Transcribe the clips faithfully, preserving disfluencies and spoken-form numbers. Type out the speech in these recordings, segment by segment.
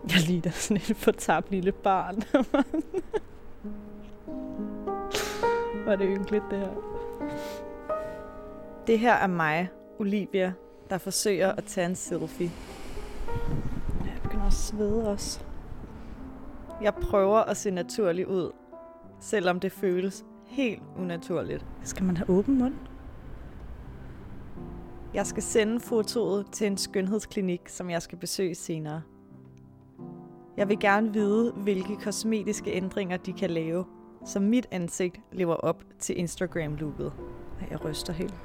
Jeg ligner sådan et fortabt lille barn. Var det ynkeligt, det her. Det her er mig, Olivia, der forsøger at tage en selfie. Jeg begynder at svede også. Jeg prøver at se naturlig ud, selvom det føles helt unaturligt. Skal man have åben mund? Jeg skal sende fotoet til en skønhedsklinik, som jeg skal besøge senere. Jeg vil gerne vide, hvilke kosmetiske ændringer de kan lave, så mit ansigt lever op til Instagram-looket. Jeg ryster helt.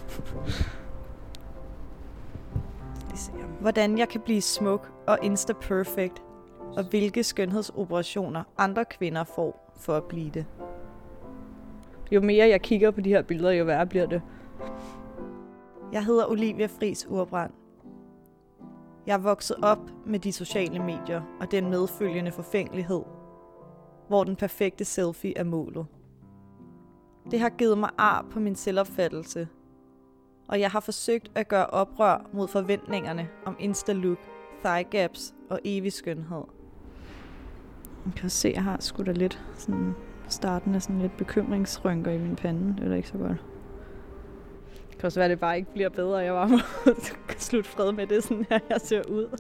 Hvordan jeg kan blive smuk og insta-perfect, og hvilke skønhedsoperationer andre kvinder får for at blive det. Jo mere jeg kigger på de her billeder, jo værre bliver det. Jeg hedder Olivia Friis Urbrand. Jeg er vokset op med de sociale medier og den medfølgende forfængelighed, hvor den perfekte selfie er målet. Det har givet mig ar på min selvopfattelse, og jeg har forsøgt at gøre oprør mod forventningerne om insta-look, thigh gaps og evig skønhed. Man kan se, at jeg har sgu da lidt sådan starten af sådan lidt bekymringsrynker i min pande. Det er da ikke så godt. Det kan også være, at det bare ikke bliver bedre. Jeg bare må slutte fred med det, sådan her jeg ser ud.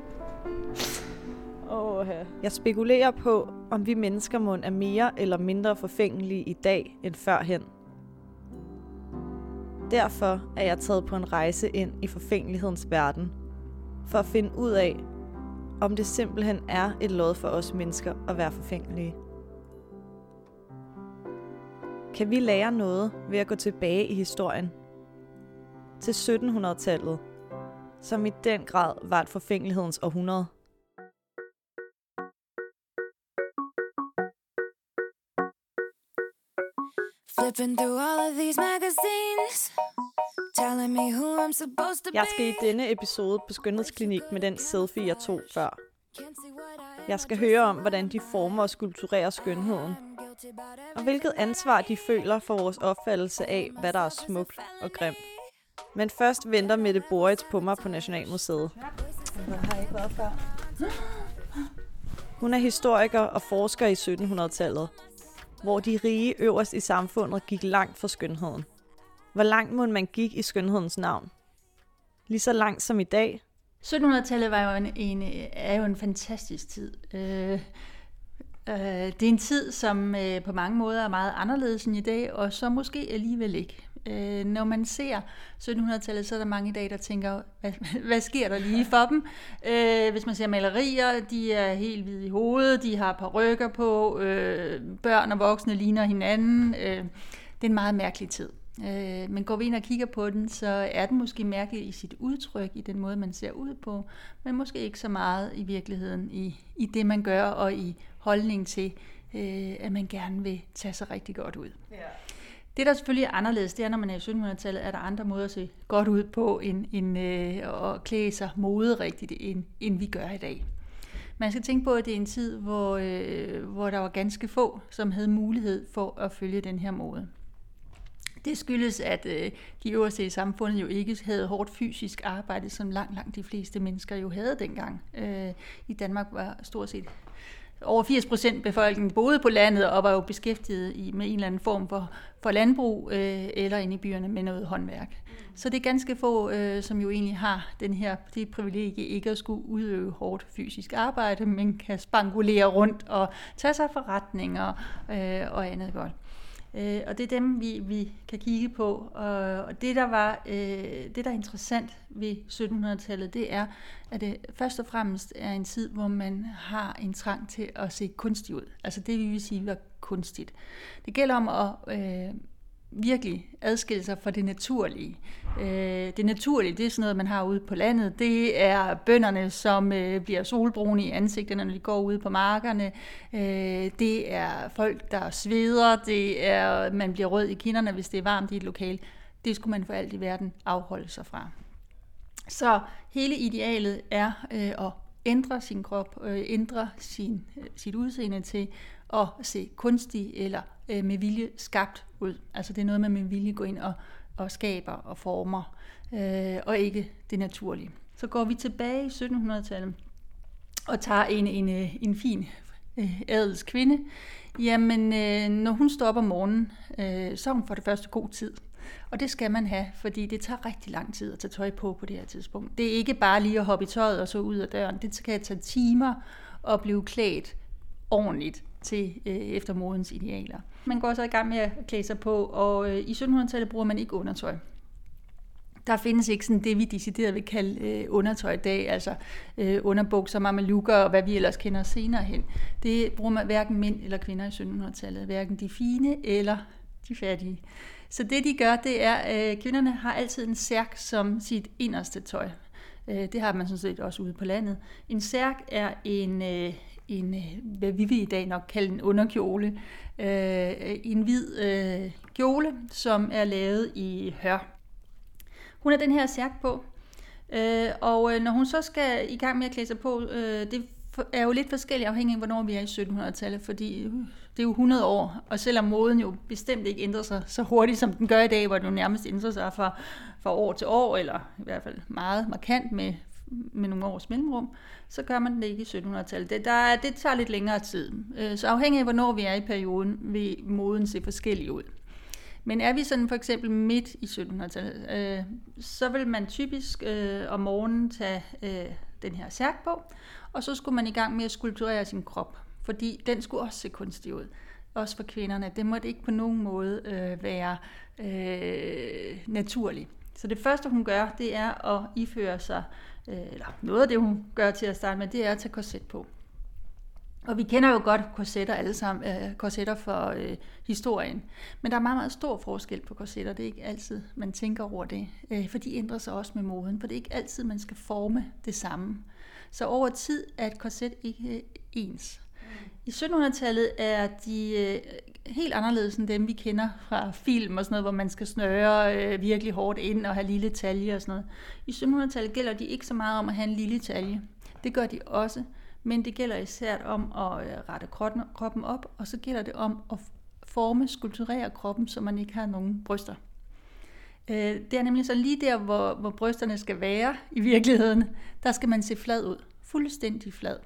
Oh, ja. Jeg spekulerer på, om vi mennesker må er mere eller mindre forfængelige i dag end førhen. Derfor er jeg taget på en rejse ind i forfængelighedens verden, for at finde ud af, om det simpelthen er et lod for os mennesker at være forfængelige. Kan vi lære noget ved at gå tilbage i historien? Til sytten hundrede-tallet, som i den grad var et forfængelighedens århundrede. Flipping through all of these magazines, telling me who I'm supposed to be. Jeg skal i denne episode på skønhedsklinik med den selfie, jeg tog før. Jeg skal høre om, hvordan de former og skulpturerer skønheden, og hvilket ansvar de føler for vores opfattelse af, hvad der er smukt og grimt. Men først venter Mette Boritz på mig på Nationalmuseet. Jeg har ikke været før. Hun er historiker og forsker i sytten hundrede-tallet, hvor de rige øverst i samfundet gik langt for skønheden. Hvor langt må man gik i skønhedens navn? Lige så langt som i dag? sytten hundrede-tallet var jo en, en, er jo en fantastisk tid. Øh, øh, det er en tid, som øh, på mange måder er meget anderledes end i dag, og så måske alligevel ikke. Øh, når man ser sytten hundrede-tallet, så er der mange i dag, der tænker, hvad, hvad sker der lige for dem? Øh, hvis man ser malerier, de er helt hvide i hovedet, de har parykker på, øh, børn og voksne ligner hinanden. Øh, det er en meget mærkelig tid. Øh, men går vi ind og kigger på den, så er den måske mærkelig i sit udtryk, i den måde, man ser ud på, men måske ikke så meget i virkeligheden, i, i det, man gør, og i holdning til, øh, at man gerne vil tage sig rigtig godt ud. Ja. Det, der selvfølgelig er anderledes, det er, når man er i sytten hundrede-tallet, er der andre måder at se godt ud på, end, end øh, at klæde sig moderigtigt, end, end vi gør i dag. Man skal tænke på, at det er en tid, hvor, øh, hvor der var ganske få, som havde mulighed for at følge den her mode. Det skyldes, at øh, de øverste i samfundet jo ikke havde hårdt fysisk arbejde, som langt, langt de fleste mennesker jo havde dengang. Øh, I Danmark var stort set over firs procent befolkningen boede på landet og var jo beskæftiget i, med en eller anden form for, for landbrug øh, eller inde i byerne med noget håndværk. Mm. Så det er ganske få, øh, som jo egentlig har den her, det privilegie ikke at skulle udøve hårdt fysisk arbejde, men kan spangulere rundt og tage sig forretninger øh, og andet godt. Øh, og det er dem, vi, vi kan kigge på. Og, og det, der var, øh, det, der er interessant ved sytten hundrede-tallet, det er, at det først og fremmest er en tid, hvor man har en trang til at se kunstig ud. Altså det, vi vil sige, var kunstigt. Det gælder om at øh, virkelig adskille sig fra det naturlige. Øh, det naturlige, det er sådan noget, man har ude på landet. Det er bønderne, som øh, bliver solbrune i ansigterne, når de går ude på markerne. Øh, det er folk, der sveder. Det er, man bliver rød i kinderne, hvis det er varmt i et lokal. Det skulle man for alt i verden afholde sig fra. Så hele idealet er øh, at ændre sin krop, øh, ændre sin, øh, sit udseende til at se kunstig eller øh, med vilje skabt ud. Altså det er noget, man med vilje går ind og, og skaber og former, øh, og ikke det naturlige. Så går vi tilbage i sytten hundrede-tallet, og tager en, en, en fin øh, adels kvinde, jamen øh, når hun står op om morgenen, øh, så er hun for det første god tid. Og det skal man have, fordi det tager rigtig lang tid at tage tøj på på det her tidspunkt. Det er ikke bare lige at hoppe i tøjet og så ud af døren. Det kan tage timer at blive klædt ordentligt til øh, efter modens idealer. Man går så i gang med at klæde sig på, og øh, i syttenhundredetallet bruger man ikke undertøj. Der findes ikke sådan det, vi decideret vil kalde øh, undertøj i dag, altså øh, underbukser, mamelukker og hvad vi ellers kender senere hen. Det bruger man hverken mænd eller kvinder i syttenhundredetallet, hverken de fine eller de fattige. Så det de gør, det er, at øh, kvinderne har altid en særk som sit inderste tøj. Øh, det har man sådan set også ude på landet. En særk er en, øh, en hvad vi vil i dag nok kalde en underkjole. Øh, en hvid øh, kjole, som er lavet i hør. Hun har den her særk på, øh, og når hun så skal i gang med at klæde sig på, øh, det er jo lidt forskelligt afhængig af, hvornår vi er i syttenhundredetallet, fordi det er jo hundrede år, og selvom moden jo bestemt ikke ændrer sig så hurtigt, som den gør i dag, hvor den jo nærmest ændrer sig fra, fra år til år, eller i hvert fald meget markant med, med nogle års mellemrum, så gør man det ikke i syttenhundredetallet. Det, der, det tager lidt længere tid. Så afhængig af, hvornår vi er i perioden, vil moden se forskellig ud. Men er vi sådan for eksempel midt i syttenhundredetallet, øh, så vil man typisk øh, om morgenen tage øh, den her særk på, og så skulle man i gang med at skulpturere sin krop, fordi den skulle også se kunstig ud. Også for kvinderne. Det måtte ikke på nogen måde øh, være øh, naturligt. Så det første, hun gør, det er at iføre sig, øh, eller noget af det, hun gør til at starte med, det er at tage korset på. Og vi kender jo godt korsetter alle sammen, øh, korsetter for øh, historien. Men der er meget, meget stor forskel på korsetter. Det er ikke altid, man tænker over det. Øh, for de ændrer sig også med moden. For det er ikke altid, man skal forme det samme. Så over tid er et korset ikke øh, ens. I syttenhundredetallet er de øh, helt anderledes end dem, vi kender fra film og sådan noget, hvor man skal snøre øh, virkelig hårdt ind og have lille talje og sådan noget. I syttenhundredetallet gælder de ikke så meget om at have en lille talje. Det gør de også. Men det gælder især om at rette kroppen op, og så gælder det om at forme, skulpturere kroppen, så man ikke har nogen bryster. Det er nemlig så lige der, hvor, hvor brysterne skal være i virkeligheden, der skal man se flad ud. Fuldstændig flad.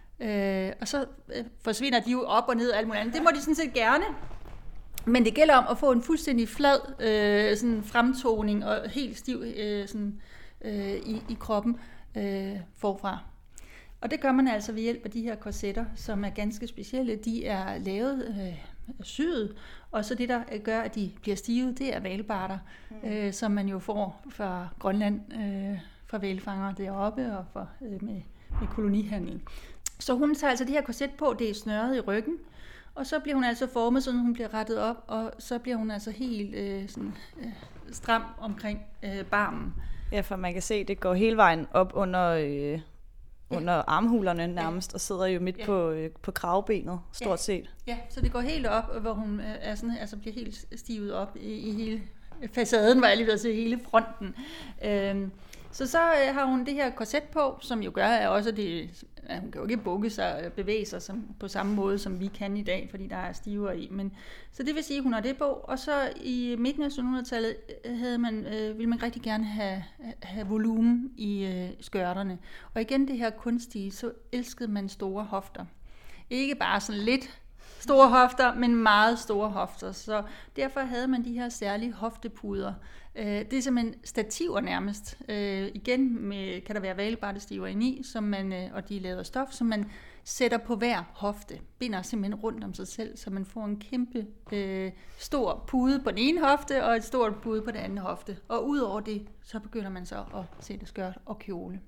Og så forsvinder de jo op og ned og alt muligt andet. Det må de sådan set gerne. Men det gælder om at få en fuldstændig flad sådan fremtoning og helt stiv sådan, i, i kroppen forfra. Og det gør man altså ved hjælp af de her korsetter, som er ganske specielle. De er lavet øh, syet, og så det, der gør, at de bliver stive, det er hvalbarter, mm. øh, som man jo får fra Grønland, øh, fra hvalfangere deroppe og fra, øh, med, med kolonihandel. Så hun tager altså det her korset på, det er snørret i ryggen, og så bliver hun altså formet, så hun bliver rettet op, og så bliver hun altså helt øh, sådan, øh, stram omkring øh, barmen. Ja, for man kan se, det går hele vejen op under... Øh under armhulerne nærmest, ja. Og sidder jo midt ja. på, øh, på kravbenet, stort ja. set. Ja, så det går helt op, hvor hun er sådan, altså bliver helt stivet op i, i hele facaden, var jeg lige ved at sige, hele fronten. Øhm, så så øh, har hun det her korset på, som jo gør, at også det, at hun kan jo ikke bukke sig og bevæge sig som, på samme måde, som vi kan i dag, fordi der er stiver i. Men, så det vil sige, at hun har det på, og så i midten af syttenhundredetallet havde man, øh, ville man rigtig gerne have, have volumen i øh, skørterne. Og igen det her kunstige, så elskede man store hofter. Ikke bare sådan lidt store hofter, men meget store hofter. Så derfor havde man de her særlige hoftepuder. Det er simpelthen stativer nærmest. Igen med, kan der være hvalbartestiver indeni, som man, og de er lavet af stof, som man sætter på hver hofte. Binder simpelthen rundt om sig selv, så man får en kæmpe øh, stor pude på den ene hofte, og et stort pude på den anden hofte. Og udover det, så begynder man så at sætte skørt og kjole.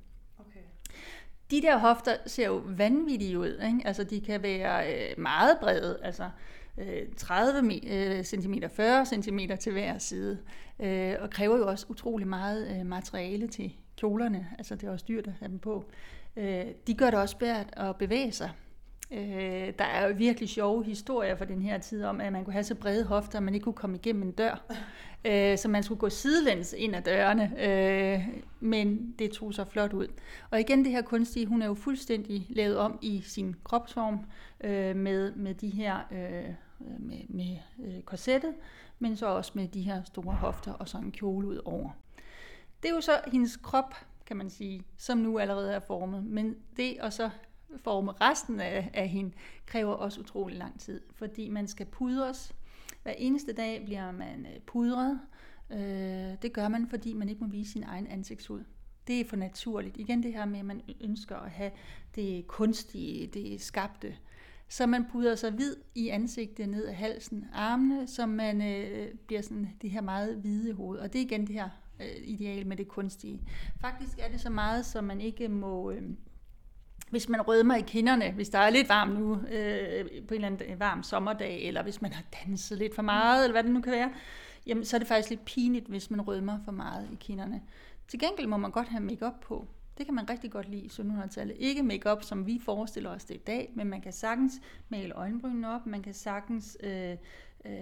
De der hofter ser jo vanvittige ud, ikke? Altså de kan være øh, meget brede, altså øh, tredive centimeter, fyrre centimeter til hver side, øh, og kræver jo også utrolig meget øh, materiale til kjolerne, altså det er også dyrt at have dem på. Øh, de gør det også svært at bevæge sig. Øh, der er jo virkelig sjove historier fra den her tid om, at man kunne have så brede hofter, at man ikke kunne komme igennem en dør. Øh, så man skulle gå sidelæns ind ad dørene, øh, men det tog så flot ud. Og igen det her kunstige, hun er jo fuldstændig lavet om i sin kropsform øh, med, med de her øh, med, med øh, korsettet, men så også med de her store hofter og sådan en kjole ud over. Det er jo så hendes krop, kan man sige, som nu allerede er formet, men det at så forme resten af, af hende, kræver også utrolig lang tid, fordi man skal pudres. Hver eneste dag bliver man pudret. Øh, det gør man, fordi man ikke må vise sin egen ansigtshud. Det er for naturligt. Igen det her med, at man ønsker at have det kunstige, det skabte. Så man pudrer sig hvid i ansigtet, ned ad halsen, armene, så man øh, bliver sådan det her meget hvide hoved. Og det er igen det her øh, ideal med det kunstige. Faktisk er det så meget, som man ikke må... Øh, hvis man rødmer i kinderne, hvis der er lidt varmt nu, øh, på en eller anden varm sommerdag, eller hvis man har danset lidt for meget, eller hvad det nu kan være, jamen, så er det faktisk lidt pinligt, hvis man rødmer for meget i kinderne. Til gengæld må man godt have makeup på. Det kan man rigtig godt lide i syttenhundredetallet. Ikke makeup, som vi forestiller os det i dag, men man kan sagtens male øjenbrynene op, man kan sagtens øh, øh,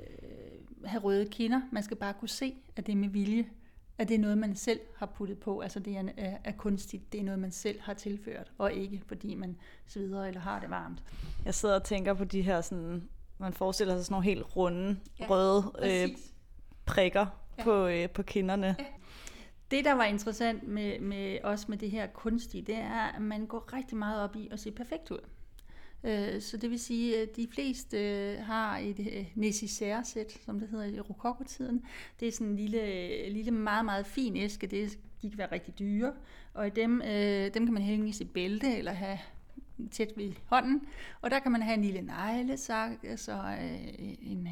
have røde kinder. Man skal bare kunne se, at det er med vilje, at det er noget, man selv har puttet på. Altså det er, er, er kunstigt, det er noget, man selv har tilført, og ikke fordi man sveder eller har det varmt. Jeg sidder og tænker på de her, sådan, man forestiller sig sådan nogle helt runde, ja, røde øh, prikker ja. på, øh, på kinderne. Ja. Det, der var interessant med, med, også med det her kunstige, det er, at man går rigtig meget op i at se perfekt ud. Så det vil sige, at de fleste har et nécessaire-sæt, som det hedder i rokokotiden. Det er sådan en lille, lille meget, meget fin æske. Det, de kan være rigtig dyre, og i dem, dem kan man hænge i sit bælte eller have tæt ved hånden. Og der kan man have en lille neglesak, altså en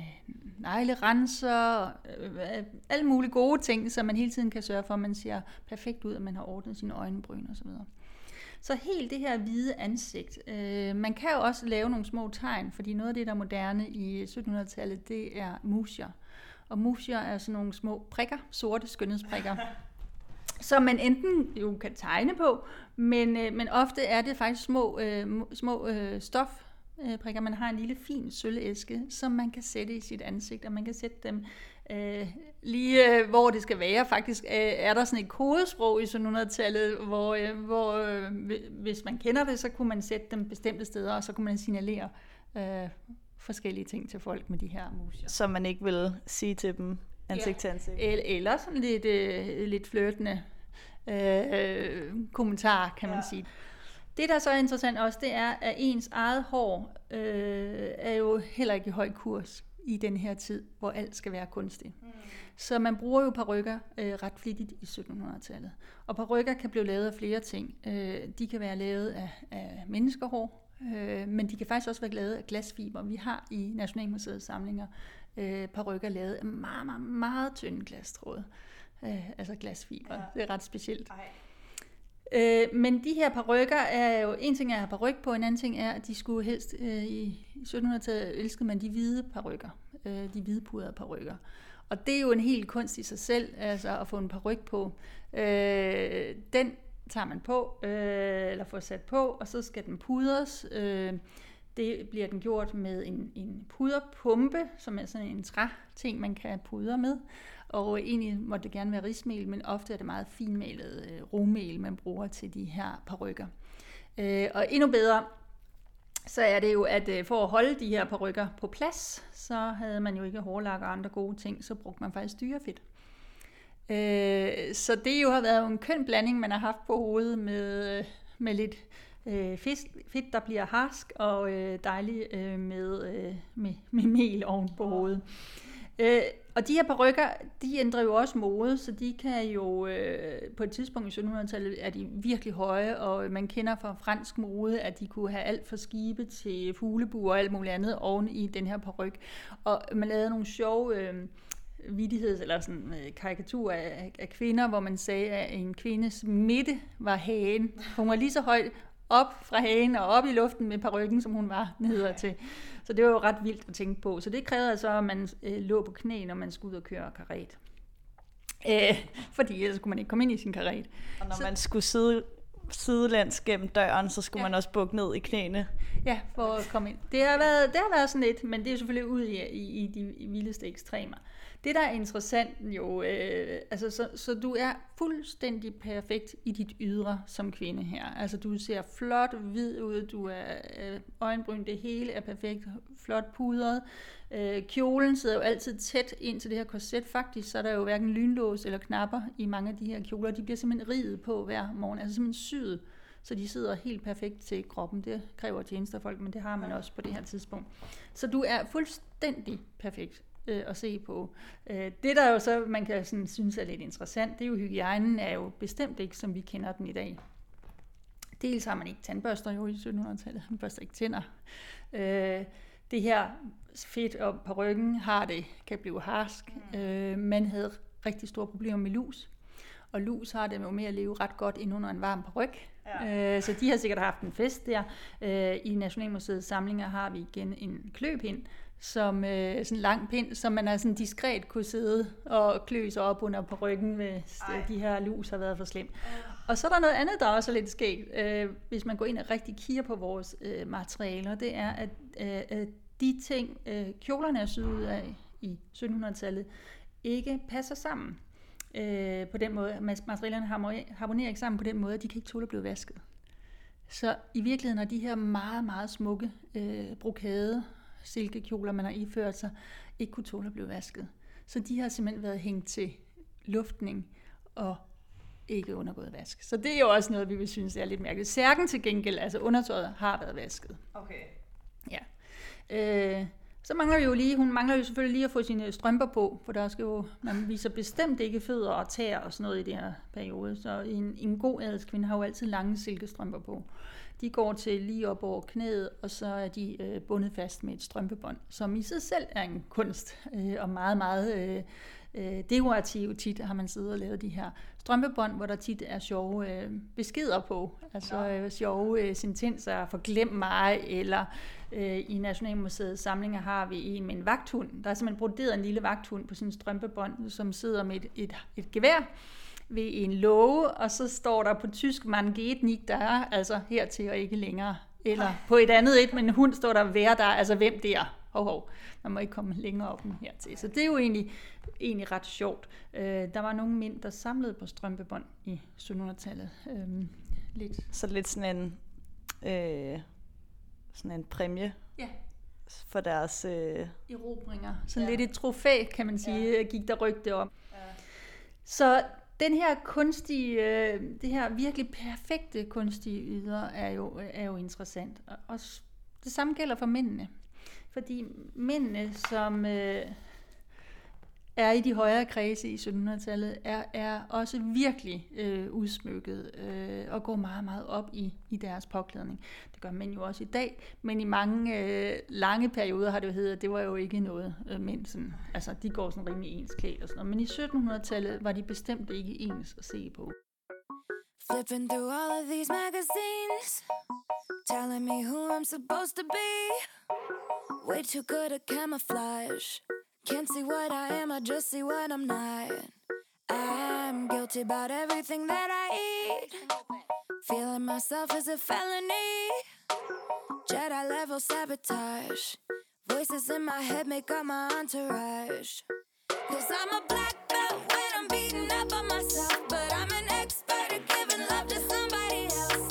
neglerenser, alle mulige gode ting, så man hele tiden kan sørge for, at man ser perfekt ud, og man har ordnet sine øjenbryn og så videre. Så helt det her hvide ansigt, øh, man kan jo også lave nogle små tegn, fordi noget af det, der er moderne i syttenhundredetallet, det er mousser. Og mousser er sådan nogle små prikker, sorte skønhedsprikker, som man enten jo kan tegne på, men, øh, men ofte er det faktisk små, øh, små øh, stofprikker. Man har en lille fin sølvæske, som man kan sætte i sit ansigt, og man kan sætte dem øh, lige øh, hvor det skal være. Faktisk øh, er der sådan et kodesprog i syttenhundredetallet, hvor, øh, hvor øh, hvis man kender det, så kunne man sætte dem bestemte steder, og så kunne man signalere øh, forskellige ting til folk med de her mousser. Som man ikke vil sige til dem ansigt til ansigt. Eller, eller sådan lidt, øh, lidt flirtende øh, kommentar, kan man ja. sige. Det, der så er interessant også, det er, at ens eget hår øh, er jo heller ikke i høj kurs i den her tid, hvor alt skal være kunstigt. Mm. Så man bruger jo parykker øh, ret flittigt i syttenhundredetallet. Og parykker kan blive lavet af flere ting. Øh, de kan være lavet af, af menneskehår, øh, men de kan faktisk også være lavet af glasfiber. Vi har i Nationalmuseets samlinger øh, parykker lavet af meget, meget, meget tynde glastråd. Øh, altså glasfiber. Ja. Det er ret specielt. Ej. Øh, men de her parykker er jo, en ting er at have paryk på, en anden ting er, at de skulle helst, øh, i syttenhundredetallet elskede man de hvide parykker, øh, de hvidpudrede parykker. Og det er jo en helt kunst i sig selv, altså at få en paryk på. Øh, den tager man på, øh, eller får sat på, og så skal den pudres. Øh, det bliver den gjort med en, en puderpumpe, som er sådan en træting, man kan pudre med. Og egentlig måtte det gerne være rismel, men ofte er det meget finmalet øh, romel, man bruger til de her parykker. Øh, og endnu bedre, så er det jo, at øh, for at holde de her parykker på plads, så havde man jo ikke hårlak og andre gode ting, så brugte man faktisk dyrefedt. Øh, så det jo har været en køn blanding, man har haft på hovedet med, øh, med lidt øh, fisk, fedt, der bliver harsk, og øh, dejligt øh, med, øh, med, med mel oven på hovedet. Øh, og de her parykker, de ændrer jo også mode, så de kan jo øh, på et tidspunkt i syttenhundredetallet er de virkelig høje, og man kender fra fransk mode, at de kunne have alt fra skibe til fuglebuer og alt muligt andet oven i den her paryk. Og man lavede nogle sjove øh, vittigheds- eller sådan øh, karikaturer af, af kvinder, hvor man sagde, at en kvindes midte var hagen. Hun var lige så højt op fra hagen og op i luften med parykken, som hun var nede til. Så det var jo ret vildt at tænke på. Så det krævede altså, at man øh, lå på knæ, når man skulle ud og køre karet. Øh, fordi ellers kunne man ikke komme ind i sin karet. Og når så, man skulle sidde sidelæns gennem døren, så skulle ja. man også bukke ned i knæene. Ja, for at komme ind. Det har været, det har været sådan lidt, men det er selvfølgelig ud i, i, i de vildeste ekstremer. Det, der er interessant jo, øh, altså, så, så du er fuldstændig perfekt i dit ydre som kvinde her. Altså, du ser flot hvid ud, du er øh, øjenbryn, det hele er perfekt, flot pudret. Øh, kjolen sidder jo altid tæt ind til det her korset. Faktisk så er der jo hverken lynlås eller knapper i mange af de her kjoler. De bliver simpelthen riget på hver morgen, altså simpelthen syet så de sidder helt perfekt til kroppen. Det kræver tjenestefolk, men det har man også på det her tidspunkt. Så du er fuldstændig perfekt øh, at se på. Øh, det der jo så, man kan sådan, synes er lidt interessant, det er jo, hygiejnen er jo bestemt ikke, som vi kender den i dag. Dels har man ikke tandbørster jo i syttenhundredetallet, man børster ikke tænder. Øh, det her fedt op på ryggen har det, kan blive harsk. Øh, man havde rigtig store problemer med lus, og lus har det jo med at leve ret godt ind under en varm ryg. Ja. Øh, så de har sikkert haft en fest der. Øh, I Nationalmuseets samlinger har vi igen en kløpind, som øh, sådan en lang pind, som man har sådan diskret kunne sidde og klø sig op under på ryggen, hvis Ej. de her lus har været for slemt. Og så er der noget andet, der også er lidt skægt, øh, hvis man går ind og rigtig kigger på vores øh, materialer, det er, at øh, de ting, øh, kjolerne er syet ud af i syttenhundredetallet, ikke passer sammen. Øh, på den måde, materialerne harmonerer ikke sammen på den måde, at de kan ikke tåle at blive vasket. Så i virkeligheden har de her meget, meget smukke øh, brokade silkekjoler, man har iført sig, ikke kunne tåle at blive vasket. Så de har simpelthen været hængt til luftning og ikke undergået vask. Så det er jo også noget, vi vil synes er lidt mærkeligt. Særken til gengæld, altså undertøjet, har været vasket. Okay. Ja. Øh, så mangler vi jo lige, hun mangler jo selvfølgelig lige at få sine strømper på, for der skal jo, man viser bestemt ikke fødder og tæer og sådan noget i det her periode. Så en, en god adelskvinde har jo altid lange silkestrømper på. De går til lige op over knæet, og så er de øh, bundet fast med et strømpebånd, som i sig selv er en kunst, øh, og meget, meget øh, øh, dekorativ tit har man siddet og lavet de her strømpebånd, hvor der tit er sjove øh, beskeder på, altså øh, sjove øh, sentenser, forglem mig, eller øh, i Nationalmuseets samlinger har vi en med en vagthund. Der er simpelthen broderet en lille vagthund på sin strømpebånd, som sidder med et, et, et gevær ved en låge, og så står der på tysk, man geht nicht da, altså hertil og ikke længere. Eller på et andet et, men en hund står der, vær der, altså hvem der. Hov, hov. Man må ikke komme længere op end hertil. Så det er jo egentlig, egentlig ret sjovt. Øh, der var nogle mænd, der samlede på strømpebånd i syttenhundredetallet. Øh, lidt. Så lidt sådan en, øh, sådan en præmie ja. for deres... Øh... erobringer. Sådan ja. lidt et trofæ, kan man sige, ja. gik der rygte om. Ja. Så den her kunstige, øh, det her virkelig perfekte kunstige yder er jo, er jo interessant. Og, og det samme gælder for mændene. Fordi mændene, som øh, er i de højere kredse i syttenhundredetallet, er, er også virkelig øh, udsmykket øh, og går meget, meget op i, i deres påklædning. Det gør mænd jo også i dag, men i mange øh, lange perioder har det jo heddet, at det var jo ikke noget øh, mænd. Sådan, altså, de går sådan rimelig ens klædt og sådan noget. Men i syttenhundredetallet var de bestemt ikke ens at se på. Flipping through all of these magazines, telling me who I'm supposed to be. Way too good at camouflage. Can't see what I am, I just see what I'm not. I'm guilty about everything that I eat. Feeling myself is a felony. Jedi level sabotage. Voices in my head make up my entourage. Cause I'm a black belt when I'm beating up on myself. But I'm an expert at giving love to somebody else.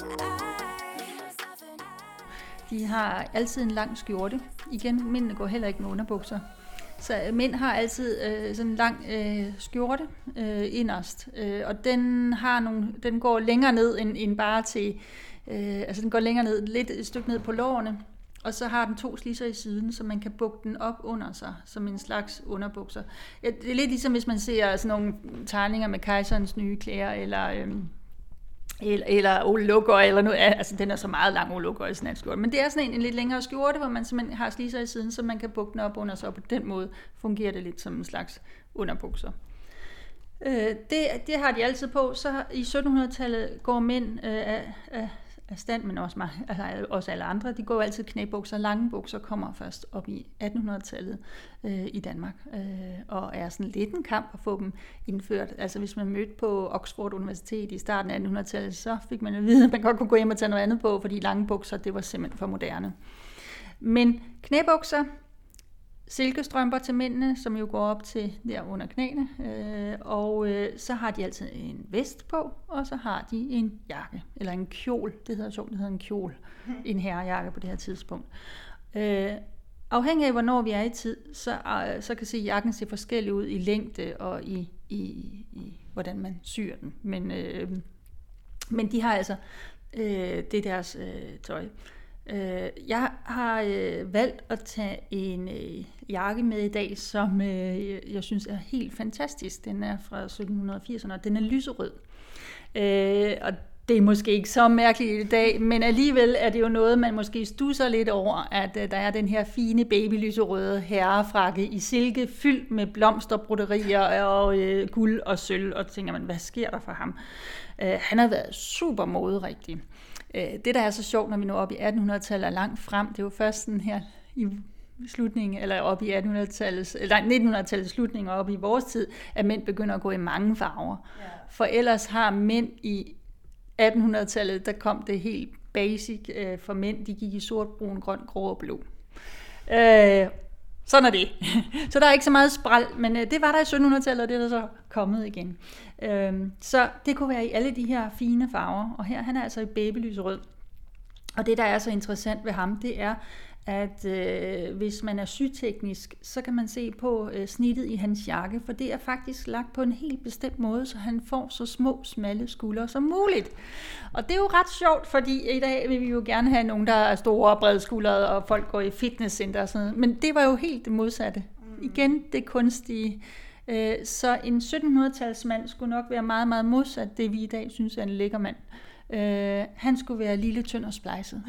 De har altid en lang skjorte. Igen, mændene går heller ikke med underbukser. Så mænd har altid øh, sådan en lang øh, skjorte øh, inderst, øh, og den har nogle, den går længere ned end, end bare til, øh, altså den går længere ned, lidt et stykke ned på lårene, og så har den to slisser i siden, så man kan bukke den op under sig, som en slags underbukser. Ja, det er lidt ligesom, hvis man ser sådan nogle tegninger med kejserens nye klæder, eller... Øh, Eller, eller Ole Lukøje, eller noget. Altså, den er så meget lang, Ole Lukøje, sådan en skjorte. Men det er sådan en, en lidt længere skjorte, hvor man simpelthen har sliser i siden, så man kan bukke den op under sig, og på den måde fungerer det lidt som en slags underbukser. Øh, det, det har de altid på. Så i syttenhundredetallet går mænd øh, af, af, af stand, men også, altså, også alle andre, de går altid knæbukser. Lange bukser kommer først op i attenhundredetallet øh, i Danmark, øh, og er sådan lidt en kamp at få dem indført. Altså hvis man mødte på Oxford Universitet i starten af attenhundredetallet, så fik man at vide, at man godt kunne gå hjem og tage noget andet på, fordi lange bukser, det var simpelthen for moderne. Men knæbukser, silkestrømper til mændene, som jo går op til der under knæene, øh, og øh, så har de altid en vest på, og så har de en jakke, eller en kjol, det hedder sjovt, det hedder en kjol, en herrejakke på det her tidspunkt. Øh, afhængig af, hvornår vi er i tid, så, øh, så kan se, at jakken ser forskellig ud i længde og i, i, i hvordan man syr den. Men, øh, men de har altså Øh, det er deres øh, tøj. Øh, jeg har øh, valgt at tage en øh, jakke med i dag, som øh, jeg synes er helt fantastisk. Den er fra sytten firserne, og den er lyserød. Øh, og det er måske ikke så mærkeligt i dag, men alligevel er det jo noget, man måske stusser lidt over, at uh, der er den her fine babylyserøde herrefrakke i silke, fyldt med blomsterbroderier og uh, guld og sølv, og tænker man, hvad sker der for ham? Uh, han har været super moderigtig. Uh, det, der er så sjovt, når vi når op i attenhundredetallet og langt frem, det er jo først sådan her i slutningen, eller op i attenhundredetallets, eller nittenhundredetallets slutning og op i vores tid, at mænd begynder at gå i mange farver. Ja. For ellers har mænd i attenhundredetallet, der kom det helt basic øh, for mænd. De gik i sort, brun, grøn, grå og blå. Øh, sådan er det. Så der er ikke så meget spræl, men øh, det var der i syttenhundredetallet, og det er der så kommet igen. Øh, så det kunne være i alle de her fine farver, og her han er altså i babylyserød. Og det, der er så interessant ved ham, det er, at øh, hvis man er syteknisk, så kan man se på øh, snittet i hans jakke, for det er faktisk lagt på en helt bestemt måde, så han får så små, smalle skuldre som muligt. Og det er jo ret sjovt, fordi i dag vil vi jo gerne have nogen, der er store og brede skuldre, og folk går i fitnesscenter og sådan noget. Men det var jo helt det modsatte. Mm. Igen det kunstige. Øh, så en syttenhundredetalsmand skulle nok være meget, meget modsat det, vi i dag synes er en lækker mand. Øh, han skulle være lille, tynd og splejset.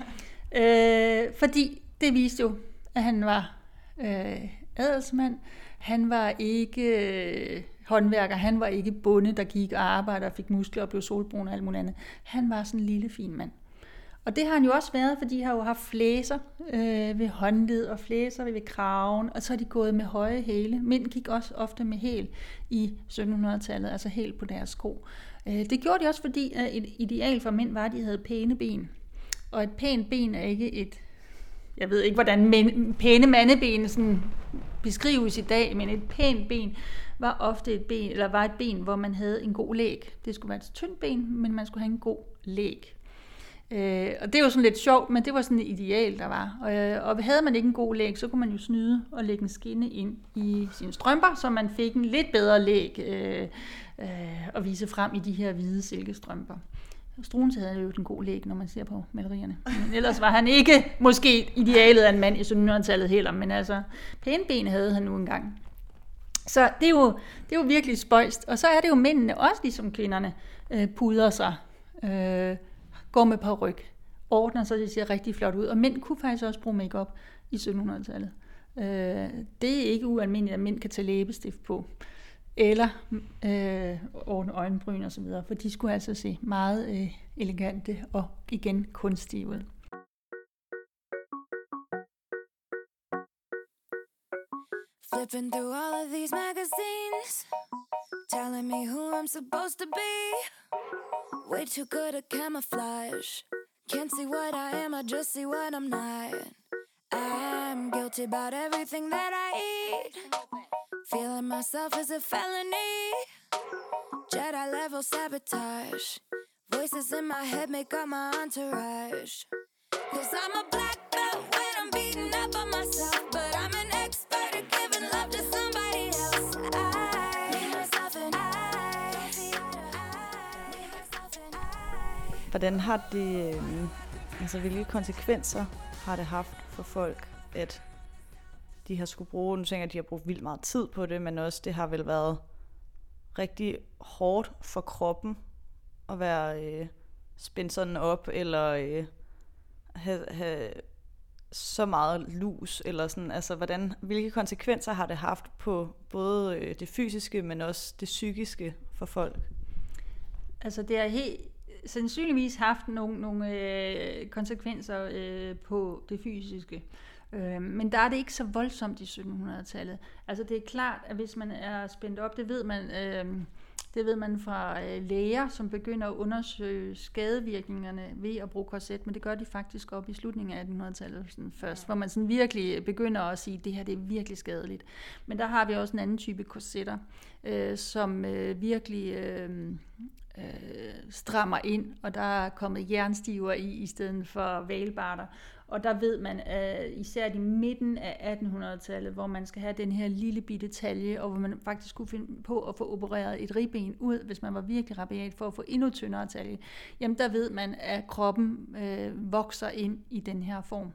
Øh, fordi det viste jo, at han var øh, adelsmand. Han var ikke øh, håndværker, han var ikke bonde, der gik og arbejdede og fik muskler og blev solbrun og alt muligt andet. Han var sådan en lille, fin mand. Og det har han jo også været, fordi de har jo haft flæser øh, ved håndled og flæser ved kraven, og så har de gået med høje hæle. Mænd gik også ofte med hæl i syttenhundredetallet, altså hæl på deres sko. Øh, det gjorde de også, fordi øh, et ideal for mænd var, at de havde pæne ben. Og et pænt ben er ikke et, jeg ved ikke, hvordan men, pæne mandeben sådan beskrives i dag, men et pænt ben var ofte et ben, eller var et ben, hvor man havde en god læg. Det skulle være et tyndt ben, men man skulle have en god læg. Øh, og det er jo sådan lidt sjovt, men det var sådan et ideal, der var. Og, og havde man ikke en god læg, så kunne man jo snyde og lægge en skinne ind i sine strømper, så man fik en lidt bedre læg øh, øh, at vise frem i de her hvide silkestrømper. Struensee havde jo en god læg, når man ser på malerierne. Men ellers var han ikke måske idealet af en mand i syttenhundredetallet heller, men altså pæne ben havde han nu engang. Så det er jo, det er jo virkelig spøjst. Og så er det jo mændene, også ligesom kvinderne, øh, pudrer sig, øh, går med paryk, ordner sig, det ser rigtig flot ud. Og mænd kunne faktisk også bruge makeup i syttenhundredetallet. Øh, det er ikke ualmindeligt, at mænd kan tage læbestift på. Eller øh, ordne øjenbryn og så videre, for de skulle altså se meget øh, elegante og igen kunstige ud. Flipping through all of these magazines, telling me who I'm supposed to be. Way too good at camouflage. Can't see what I am, I just see what I'm not. I'm guilty about everything that I eat. Feeling myself is a felony. Jedi level sabotage. Voices in my head make up my entourage. Cause I'm a black belt when I'm beating up on myself, but I'm an expert at giving love to somebody else. I need myself and I need myself and I. Hvordan har det, altså hvilke konsekvenser har det haft for folk, at de har skulle bruge, nu tænker jeg, at de har brugt vildt meget tid på det, men også det har vel været rigtig hårdt for kroppen at være øh, spændt sådan op, eller øh, have, have så meget lus, eller sådan, altså hvordan, hvilke konsekvenser har det haft på både øh, det fysiske, men også det psykiske for folk? Altså det har helt sandsynligvis haft nogle, nogle øh, konsekvenser øh, på det fysiske. Men der er det ikke så voldsomt i syttenhundredetallet. Altså det er klart, at hvis man er spændt op, det ved man, øh, det ved man fra øh, læger, som begynder at undersøge skadevirkningerne ved at bruge korset, men det gør de faktisk op i slutningen af attenhundredetallet sådan først, hvor man sådan virkelig begynder at sige, at det her det er virkelig skadeligt. Men der har vi også en anden type korsetter, øh, som øh, virkelig øh, øh, strammer ind, og der er kommet jernstiver i, i stedet for valbarter. Og der ved man, at især i midten af attenhundredetallet, hvor man skal have den her lille bitte talje, og hvor man faktisk kunne finde på at få opereret et ribben ud, hvis man var virkelig rabiat for at få endnu tyndere talje, jamen der ved man, at kroppen øh, vokser ind i den her form.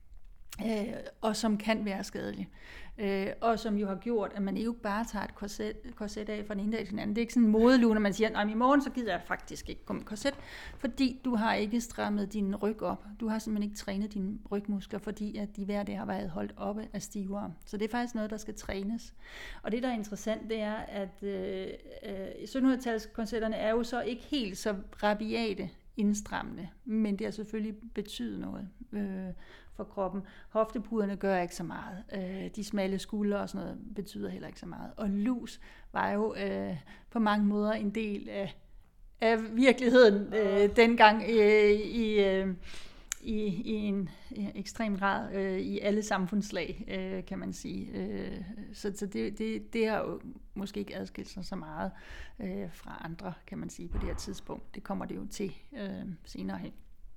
Øh, og som kan være skadelig. Øh, og som jo har gjort, at man ikke bare tager et korset, korset af fra den ene dag til den anden. Det er ikke sådan en modelue, når man siger, at i morgen så gider jeg faktisk ikke gå med korset, fordi du har ikke strammet din ryg op. Du har simpelthen ikke trænet dine rygmuskler, fordi at de hver dag har været holdt oppe af stivere. Så det er faktisk noget, der skal trænes. Og det, der er interessant, det er, at øh, øh, syttenhundredetalskorsetterne er jo så ikke helt så rabiate indstrammende, men det har selvfølgelig betydet noget øh, for kroppen. Hoftepuderne gør ikke så meget. Øh, de smalle skuldre og sådan noget betyder heller ikke så meget. Og lus var jo øh, på mange måder en del af, af virkeligheden øh, dengang øh, i, øh, i, i en ekstrem grad øh, i alle samfundslag, øh, kan man sige. Øh, så så det, det, det har jo måske ikke adskilt sig så meget øh, fra andre, kan man sige, på det her tidspunkt. Det kommer det jo til øh, senere hen.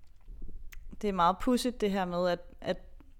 Det er meget pudsigt det her med, at, at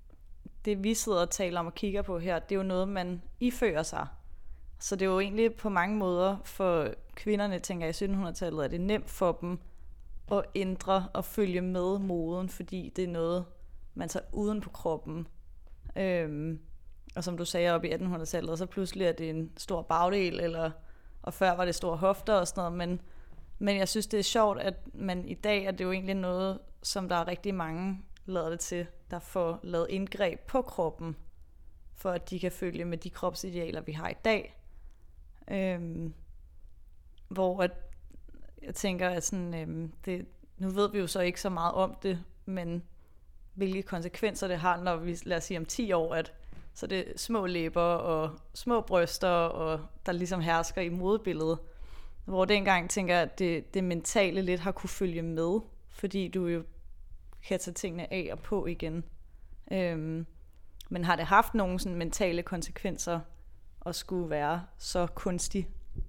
det vi sidder og taler om og kigger på her, det er jo noget, man ifører sig. Så det er jo egentlig på mange måder for kvinderne, tænker jeg, i syttenhundredetallet, at det er nemt for dem at ændre og følge med moden, fordi det er noget, man tager uden på kroppen. Øhm, og som du sagde op i attenhundredetallet, så pludselig er det en stor bagdel, eller, og før var det store hofter og sådan noget, men, men jeg synes, det er sjovt, at man i dag er det jo egentlig noget, som der er rigtig mange, lader det til, der får lavet indgreb på kroppen, for at de kan følge med de kropsidealer, vi har i dag. Øhm, hvor at, jeg tænker, at sådan, øhm, det, nu ved vi jo så ikke så meget om det, men hvilke konsekvenser det har, når vi, lad os sige om ti år, at så det er små læber og små bryster, og der ligesom hersker i modebilledet. Hvor dengang tænker jeg, at det, det mentale lidt har kunne følge med, fordi du jo kan tage tingene af og på igen. Øhm, men har det haft nogle sådan mentale konsekvenser at skulle være så kunstig?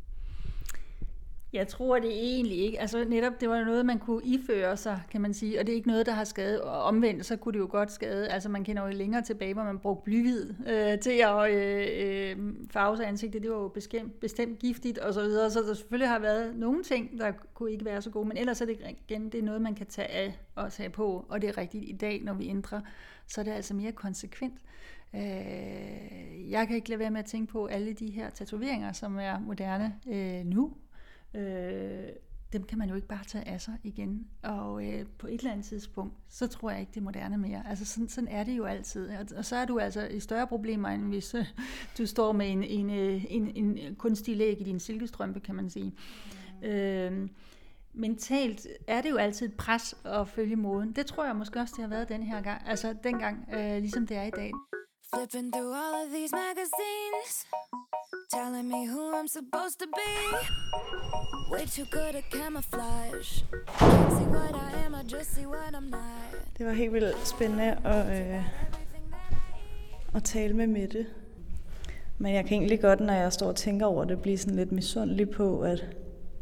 Jeg tror det egentlig ikke. Altså netop, det var noget, man kunne iføre sig, kan man sige, og det er ikke noget, der har skadet. Og omvendt, så kunne det jo godt skade. Altså man kender jo længere tilbage, hvor man brugte blyhvid øh, til at øh, øh, farve sig ansigtet. Det var jo bestemt, bestemt giftigt og så videre. Så der selvfølgelig har været nogle ting, der kunne ikke være så gode, men ellers er det igen, det er noget, man kan tage af og tage på. Og det er rigtigt i dag, når vi ændrer, så er det altså mere konsekvent. Øh, jeg kan ikke lade være med at tænke på alle de her tatoveringer, som er moderne øh, nu. Øh, dem kan man jo ikke bare tage af sig igen, og øh, på et eller andet tidspunkt, så tror jeg ikke, det er moderne mere. Altså sådan, sådan er det jo altid, og, og så er du altså i større problemer, end hvis øh, du står med en, en, en, en kunstig læg i din silkestrømpe, kan man sige. Mm. Øh, mentalt er det jo altid et pres at følge moden. Det tror jeg måske også, det har været den her gang, altså dengang, øh, ligesom det er i dag. Flipping through all of these magazines, telling me who I'm supposed to be. Way too good at camouflage. Can't see what I am, I just see what I'm not. Det var helt vildt spændende at, øh, at tale med Mette. Men jeg kan egentlig godt, når jeg står og tænker over det, blive sådan lidt misundelig på, at,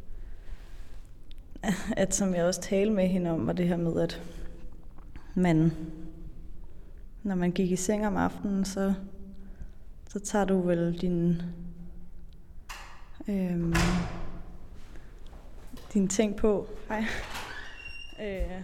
at som jeg også talte med hende om, var det her med, at man, når man gik i seng om aftenen, så, så tager du vel din, øhm, din ting på. Hej. Øh,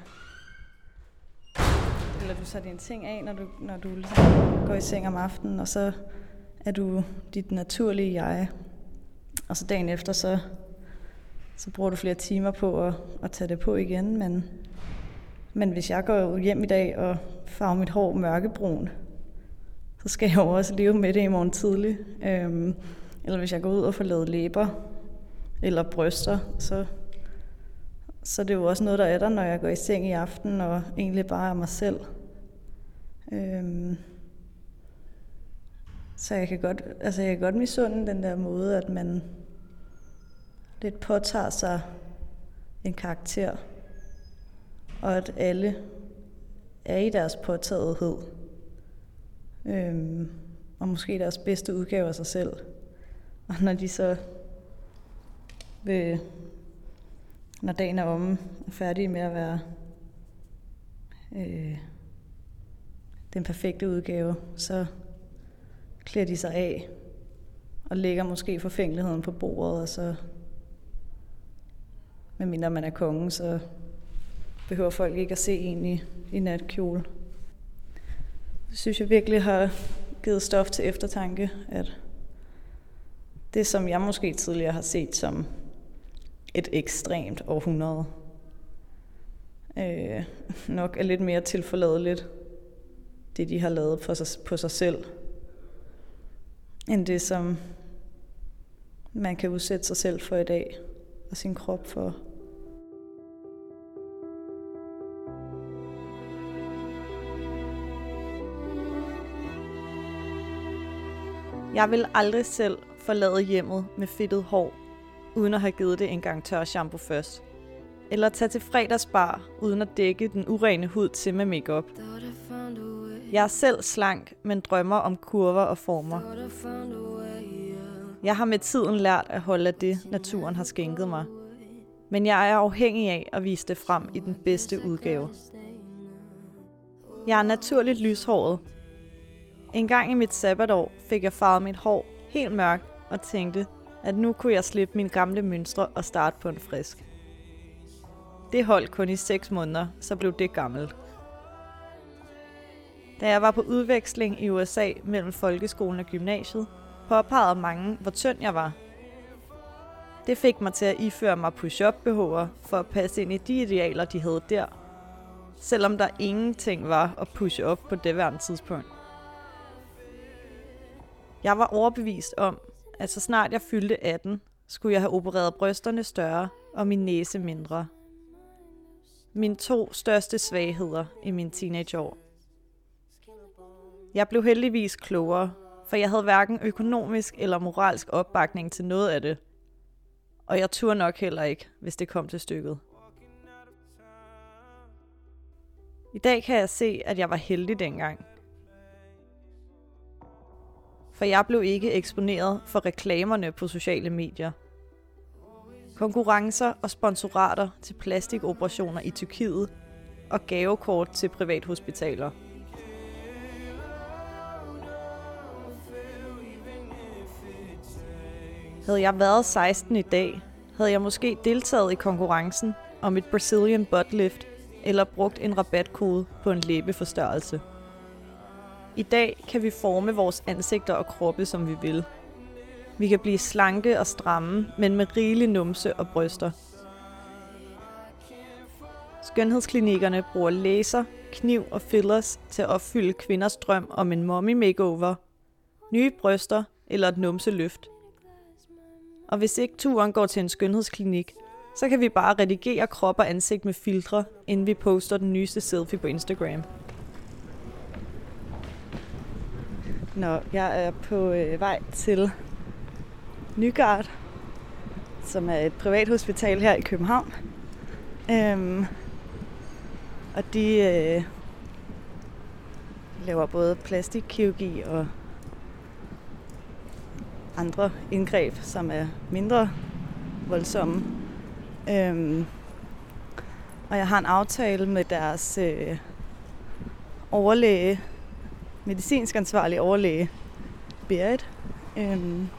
eller du tager dine ting af, når du, når du går i seng om aftenen, og så er du dit naturlige jeg. Og så dagen efter, så, så bruger du flere timer på at, at tage det på igen. Men, men hvis jeg går hjem i dag og farver mit hår mørkebrun, så skal jeg jo også leve med det i morgen tidlig. Øhm, eller hvis jeg går ud og får lavet læber eller bryster, så, så det er jo også noget, der er der, når jeg går i seng i aften og egentlig bare er mig selv. Øhm, så jeg kan godt, altså jeg kan godt misunde den der måde, at man lidt påtager sig en karakter, og at alle er i deres påtagethed, øhm, og måske deres bedste udgave af sig selv. Og når de så vil når dagen er omme og færdig med at være øh, den perfekte udgave, så klæder de sig af og lægger måske forfængeligheden på bordet, og så, medmindre man er kongen, så behøver folk ikke at se en i, i natkjole. Det synes jeg virkelig har givet stof til eftertanke, at det, som jeg måske tidligere har set som et ekstremt århundrede, øh, nok er lidt mere tilforladeligt, det de har lavet på sig, på sig selv, end det, som man kan udsætte sig selv for i dag, og sin krop for. Jeg vil aldrig selv forlade hjemmet med fedtet hår, uden at have givet det en gang tør shampoo først. Eller tage til fredagsbar, uden at dække den urene hud til med makeup. Jeg er selv slank, men drømmer om kurver og former. Jeg har med tiden lært at holde af det, naturen har skænket mig. Men jeg er afhængig af at vise det frem i den bedste udgave. Jeg er naturligt lyshåret. En gang i mit sabbatår fik jeg farvet mit hår helt mørkt og tænkte, at nu kunne jeg slippe mine gamle mønstre og starte på en frisk. Det holdt kun i seks måneder, så blev det gammelt. Da jeg var på udveksling i U S A mellem folkeskolen og gymnasiet, påpegede mange, hvor tynd jeg var. Det fik mig til at iføre mig push-up-behover for at passe ind i de idealer, de havde der, selvom der ingenting var at pushe op på det tidspunkt. Jeg var overbevist om, at så snart jeg fyldte atten, skulle jeg have opereret brysterne større og min næse mindre. Mine to største svagheder i mine teenageår. Jeg blev heldigvis klogere, for jeg havde hverken økonomisk eller moralsk opbakning til noget af det. Og jeg turde nok heller ikke, hvis det kom til stykket. I dag kan jeg se, at jeg var heldig dengang. For jeg blev ikke eksponeret for reklamerne på sociale medier. Konkurrencer og sponsorater til plastikoperationer i Tyrkiet og gavekort til privathospitaler. Havde jeg været seksten i dag, havde jeg måske deltaget i konkurrencen om et Brazilian butt lift eller brugt en rabatkode på en læbeforstørrelse. I dag kan vi forme vores ansigter og kroppe, som vi vil. Vi kan blive slanke og stramme, men med rigelig numse og bryster. Skønhedsklinikkerne bruger laser, kniv og fillers til at opfylde kvinders drøm om en mommy makeover, nye bryster eller et numseløft. Og hvis ikke turen går til en skønhedsklinik, så kan vi bare redigere krop og ansigt med filtre, inden vi poster den nyeste selfie på Instagram. Nå, jeg er på øh, vej til Nygard, som er et privathospital her i København. Øhm, og de øh, laver både plastikkirurgi og andre indgreb, som er mindre voldsomme. Øhm, og jeg har en aftale med deres øh, overlæge, medicinsk ansvarlig overlæge, Berit. Øhm,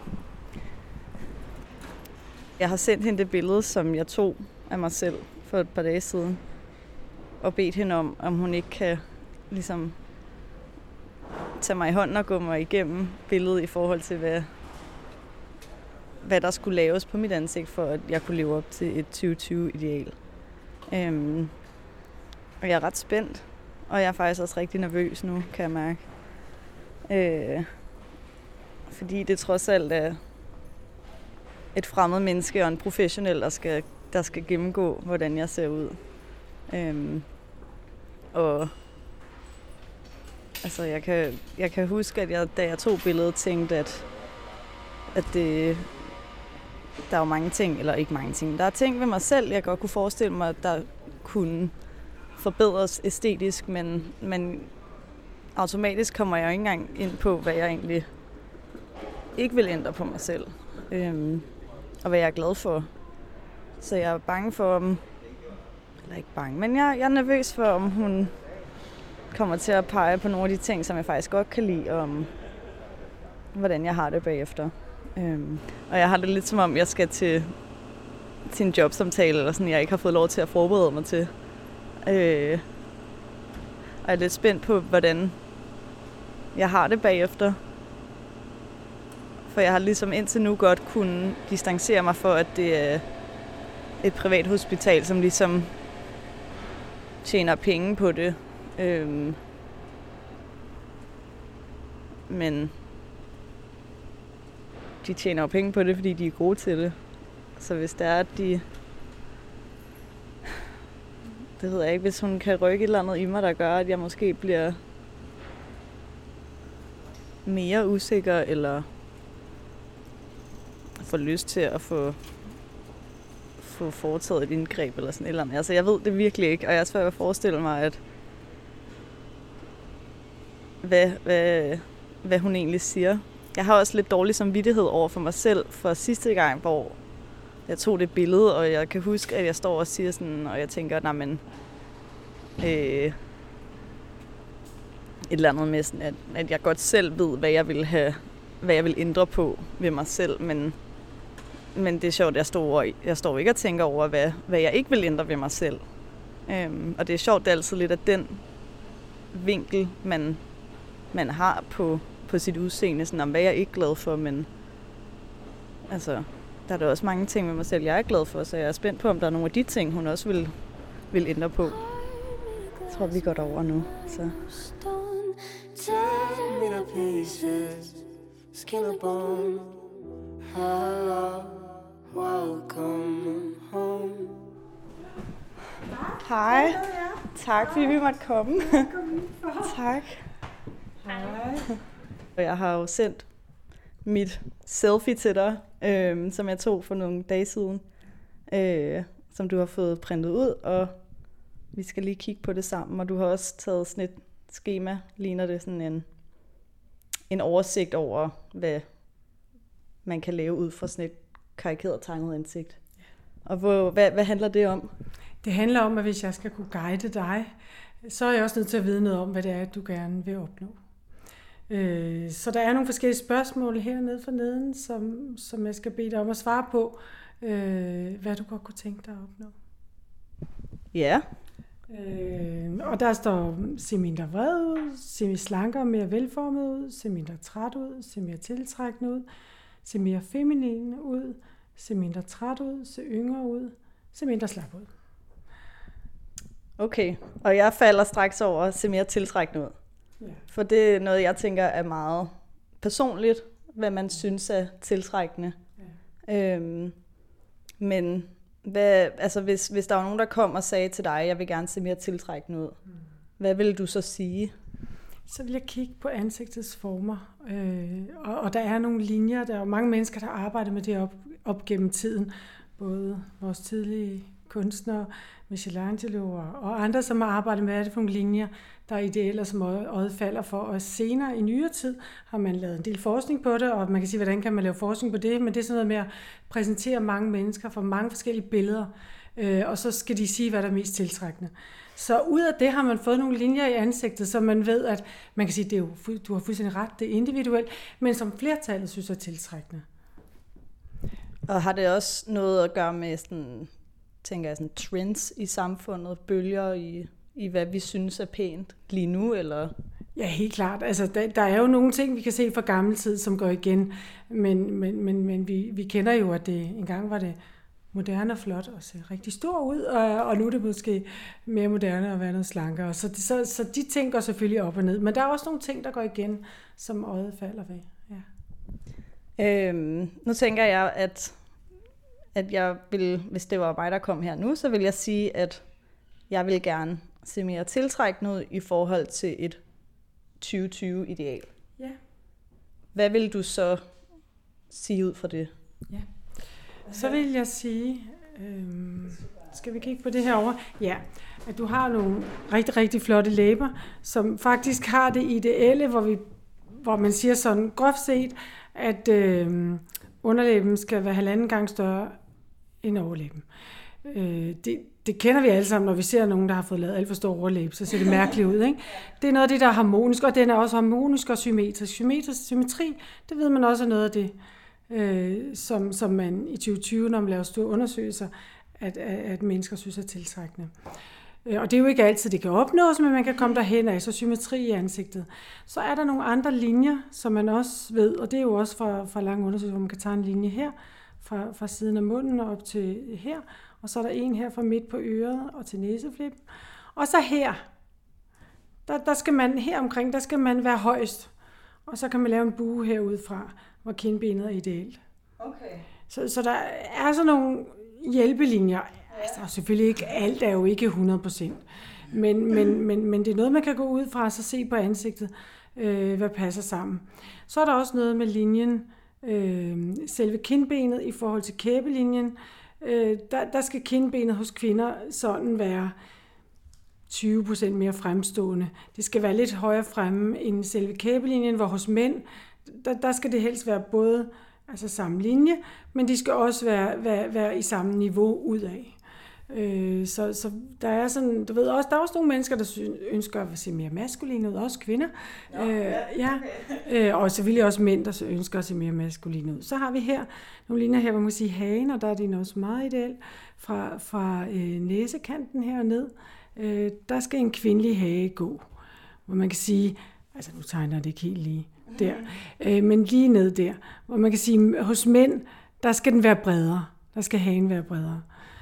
jeg har sendt hende det billede, som jeg tog af mig selv for et par dage siden, og bedt hende om, om hun ikke kan ligesom tage mig i hånden og gå mig igennem billedet i forhold til, hvad, hvad der skulle laves på mit ansigt, for at jeg kunne leve op til et tyve tyve-ideal. Øhm, og jeg er ret spændt, og jeg er faktisk også rigtig nervøs nu, kan jeg mærke. Øh, fordi det trods alt er et fremmed menneske og en professionel, der skal, der skal gennemgå, hvordan jeg ser ud. Øhm, og altså, jeg kan, jeg kan huske, at jeg, da jeg tog billedet, tænkte, at, at det, der er jo mange ting, eller ikke mange ting, der er ting ved mig selv, jeg godt kunne forestille mig, at der kunne forbedres æstetisk, men, men automatisk kommer jeg jo ikke engang ind på, hvad jeg egentlig ikke vil ændre på mig selv. Øhm, og hvad jeg er glad for. Så jeg er bange for, om... Eller ikke bange, men jeg, jeg er nervøs for, om hun kommer til at pege på nogle af de ting, som jeg faktisk godt kan lide, om hvordan jeg har det bagefter. Øhm, og jeg har det lidt som om, jeg skal til, til en jobsamtale, eller sådan, jeg ikke har fået lov til at forberede mig til. Øh, og jeg er lidt spændt på, hvordan jeg har det bagefter. For jeg har ligesom indtil nu godt kunne distancere mig for, at det er et privat hospital, som ligesom tjener penge på det. Øhm, men de tjener jo penge på det, fordi de er gode til det. Så hvis det er, at de... Det ved jeg ikke, hvis hun kan rykke et eller andet i mig, der gør, at jeg måske bliver mere usikker, eller får lyst til at få, få foretaget et indgreb, eller sådan et eller andet. Altså, jeg ved det virkelig ikke, og jeg er svært ved at forestille mig, at hvad, hvad, hvad hun egentlig siger. Jeg har også lidt dårlig samvittighed over for mig selv for sidste gang, hvor jeg tog det billede, og jeg kan huske, at jeg står og siger sådan, og jeg tænker, nej, men øh, et eller andet med sådan, at, at jeg godt selv ved, hvad jeg vil have, hvad jeg vil ændre på ved mig selv, men, men det er sjovt, at jeg står, jeg står ikke og tænker over, hvad, hvad jeg ikke vil ændre ved mig selv. Øhm, og det er sjovt, det er altid lidt af den vinkel, man, man har på, på sit udseende, sådan om hvad jeg er ikke glad for, men altså, der er der også mange ting ved mig selv, jeg er glad for, så jeg er spændt på, om der er nogle af de ting, hun også vil, vil ændre på. Jeg tror, vi går derover nu. Så. Hej. Tak, fordi vi måtte komme. Tak. Hej. Jeg har jo sendt mit selfie til dig, øh, som jeg tog for nogle dage siden, øh, som du har fået printet ud, og vi skal lige kigge på det sammen. Og du har også taget sådan et skema, ligner det sådan en, en oversigt over, hvad man kan lave ud fra sådan et karikeret tegnet ansigt. Og hvor, hvad, hvad handler det om? Det handler om, at hvis jeg skal kunne guide dig, så er jeg også nødt til at vide noget om, hvad det er, du gerne vil opnå. Så der er nogle forskellige spørgsmål hernede for neden, som, som jeg skal bede dig om at svare på, hvad du godt kunne tænke dig at opnå. Ja. Øh, og der står, se mindre vred ud, se mere slankere, mere velformet ud, se mindre træt ud, se mere tiltrækkende ud, se mere feminin ud, se mindre træt ud, se yngre ud, se mindre slap ud. Okay, og jeg falder straks over at se mere tiltrækkende ud. Ja. For det er noget, jeg tænker er meget personligt, hvad man synes er tiltrækkende. Ja. Øhm, men hvad, altså hvis, hvis der var nogen, der kom og sagde til dig, jeg vil gerne se mere tiltrækkende ud, mm. hvad vil du så sige? Så vil jeg kigge på ansigtets former. Øh, og, og der er nogle linjer, der er jo mange mennesker, der arbejder med det op, op gennem tiden. Både vores tidlige kunstnere, Michelangelo og andre, som har arbejdet med, det for nogle linjer, der er ideelle, som øjet falder for. Og senere i nyere tid har man lavet en del forskning på det, og man kan sige, hvordan kan man lave forskning på det, men det er sådan noget med at præsentere mange mennesker for mange forskellige billeder, øh, og så skal de sige, hvad der er mest tiltrækkende. Så ud af det har man fået nogle linjer i ansigtet, så man ved, at man kan sige, at det er jo, du har fuldstændig ret, det er individuelt, men som flertallet synes er tiltrækkende. Og har det også noget at gøre med sådan, tænker jeg, sådan trends i samfundet, bølger i, i hvad vi synes er pænt lige nu, eller? Ja, helt klart. Altså, der, der er jo nogle ting, vi kan se fra gammel tid, som går igen, men, men, men, men vi, vi kender jo, at det engang var det moderne og flot og ser rigtig stor ud, og, og nu er det måske mere moderne og være noget slankere. Så, så, så de ting går selvfølgelig op og ned, men der er også nogle ting, der går igen, som øjet falder ved. Ja. Øhm, nu tænker jeg, at at jeg vil, hvis det var mig, der kom her nu, så vil jeg sige, at jeg vil gerne se mere tiltrækkende ud i forhold til et tyve tyve-ideal. Ja. Hvad vil du så sige ud fra det? Ja. Så vil jeg sige, øhm, skal vi kigge på det herovre? Ja, at du har nogle rigtig, rigtig flotte læber, som faktisk har det ideelle, hvor, vi, hvor man siger sådan groft set, at øhm, underlæben skal være halvanden gang større end overlæben. Øh, det, det kender vi alle sammen, når vi ser nogen, der har fået lavet alt for stor overlæbe, så ser det mærkeligt ud, ikke? Det er noget af det, der er harmonisk, og den er også harmonisk og symmetrisk. Symmetrisk symmetri, det ved man også er noget af det, øh, som, som man i tyve tyve, når man laver store undersøgelser, at, at mennesker synes er tiltrækkende. Og det er jo ikke altid, det kan opnås, men man kan komme derhen af, så symmetri i ansigtet. Så er der nogle andre linjer, som man også ved, og det er jo også fra, fra lange undersøgelser, hvor man kan tage en linje her, fra, fra siden af munden og op til her, og så er der en her fra midt på øret og til næseflippen. Og så her, der, der skal man her omkring, der skal man være højst, og så kan man lave en bue herudefra, hvor kindbenet er ideelt. Okay. Så, så der er sådan nogle hjælpelinjer. Altså, selvfølgelig ikke, alt er jo ikke hundrede procent, men, men, men, men det er noget, man kan gå ud fra og så se på ansigtet, øh, hvad passer sammen. Så er der også noget med linjen, øh, selve kindbenet i forhold til kæbelinjen. Øh, der, der skal kindbenet hos kvinder sådan være tyve procent mere fremstående. Det skal være lidt højere fremme end selve kæbelinjen, hvor hos mænd, der, der skal det helst være både altså samme linje, men de skal også være, være, være i samme niveau udad. Øh, så, så der er sådan, du ved også, der er også nogle mennesker, der ønsker at se mere maskuline ud, også kvinder. Nå, øh, ja, ja. Okay. Øh, og selvfølgelig også mænd, der ønsker at se mere maskuline ud. Så har vi her nogle linjer her, hvor man kan sige hagen, og der er den også meget ideel, fra, fra øh, næsekanten her og ned. Øh, der skal en kvindelig hage gå, hvor man kan sige, altså nu tegner det ikke helt lige der, øh, men lige ned der, hvor man kan sige, hos mænd, der skal den være bredere, der skal hagen være bredere.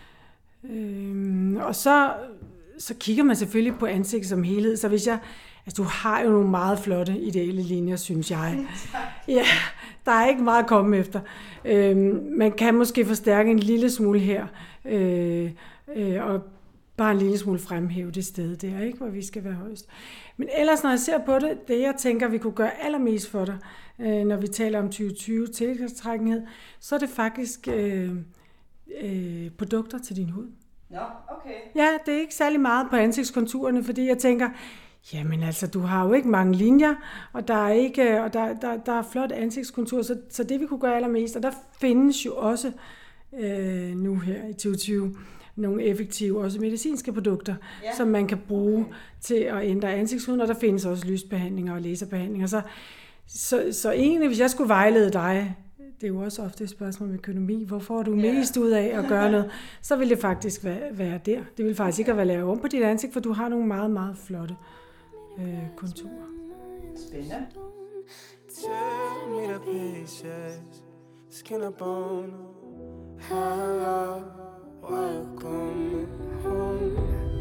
Øhm, og så, så kigger man selvfølgelig på ansigtet som helhed, så hvis jeg, altså du har jo nogle meget flotte ideelle linjer, synes jeg. Ja, der er ikke meget at komme efter. Øhm, man kan måske forstærke en lille smule her, øh, øh, og bare en lille smule fremhæve det sted der, ikke, hvor vi skal være højst. Men ellers, når jeg ser på det, det jeg tænker, vi kunne gøre allermest for dig, øh, når vi taler om tyve tyve tiltrækkenhed, så er det faktisk øh, øh, produkter til din hud. Nå, okay. Ja, det er ikke særlig meget på ansigtskonturerne, fordi jeg tænker, jamen altså, du har jo ikke mange linjer, og der er, ikke, og der, der, der er flot ansigtskontur, så, så det vi kunne gøre allermest, og der findes jo også øh, nu her i tyve tyve, nogle effektive, også medicinske produkter, ja, som man kan bruge okay. til at ændre ansigtshuden, og der findes også lysbehandlinger og laserbehandlinger. Så, så, så egentlig, hvis jeg skulle vejlede dig, det er jo også ofte et spørgsmål om økonomi, hvor får du yeah. mest ud af at gøre noget, så vil det faktisk være, være der. Det vil faktisk ikke at være lavet om på dit ansigt, for du har nogle meget, meget flotte øh, konturer. Spændende. Welcome home.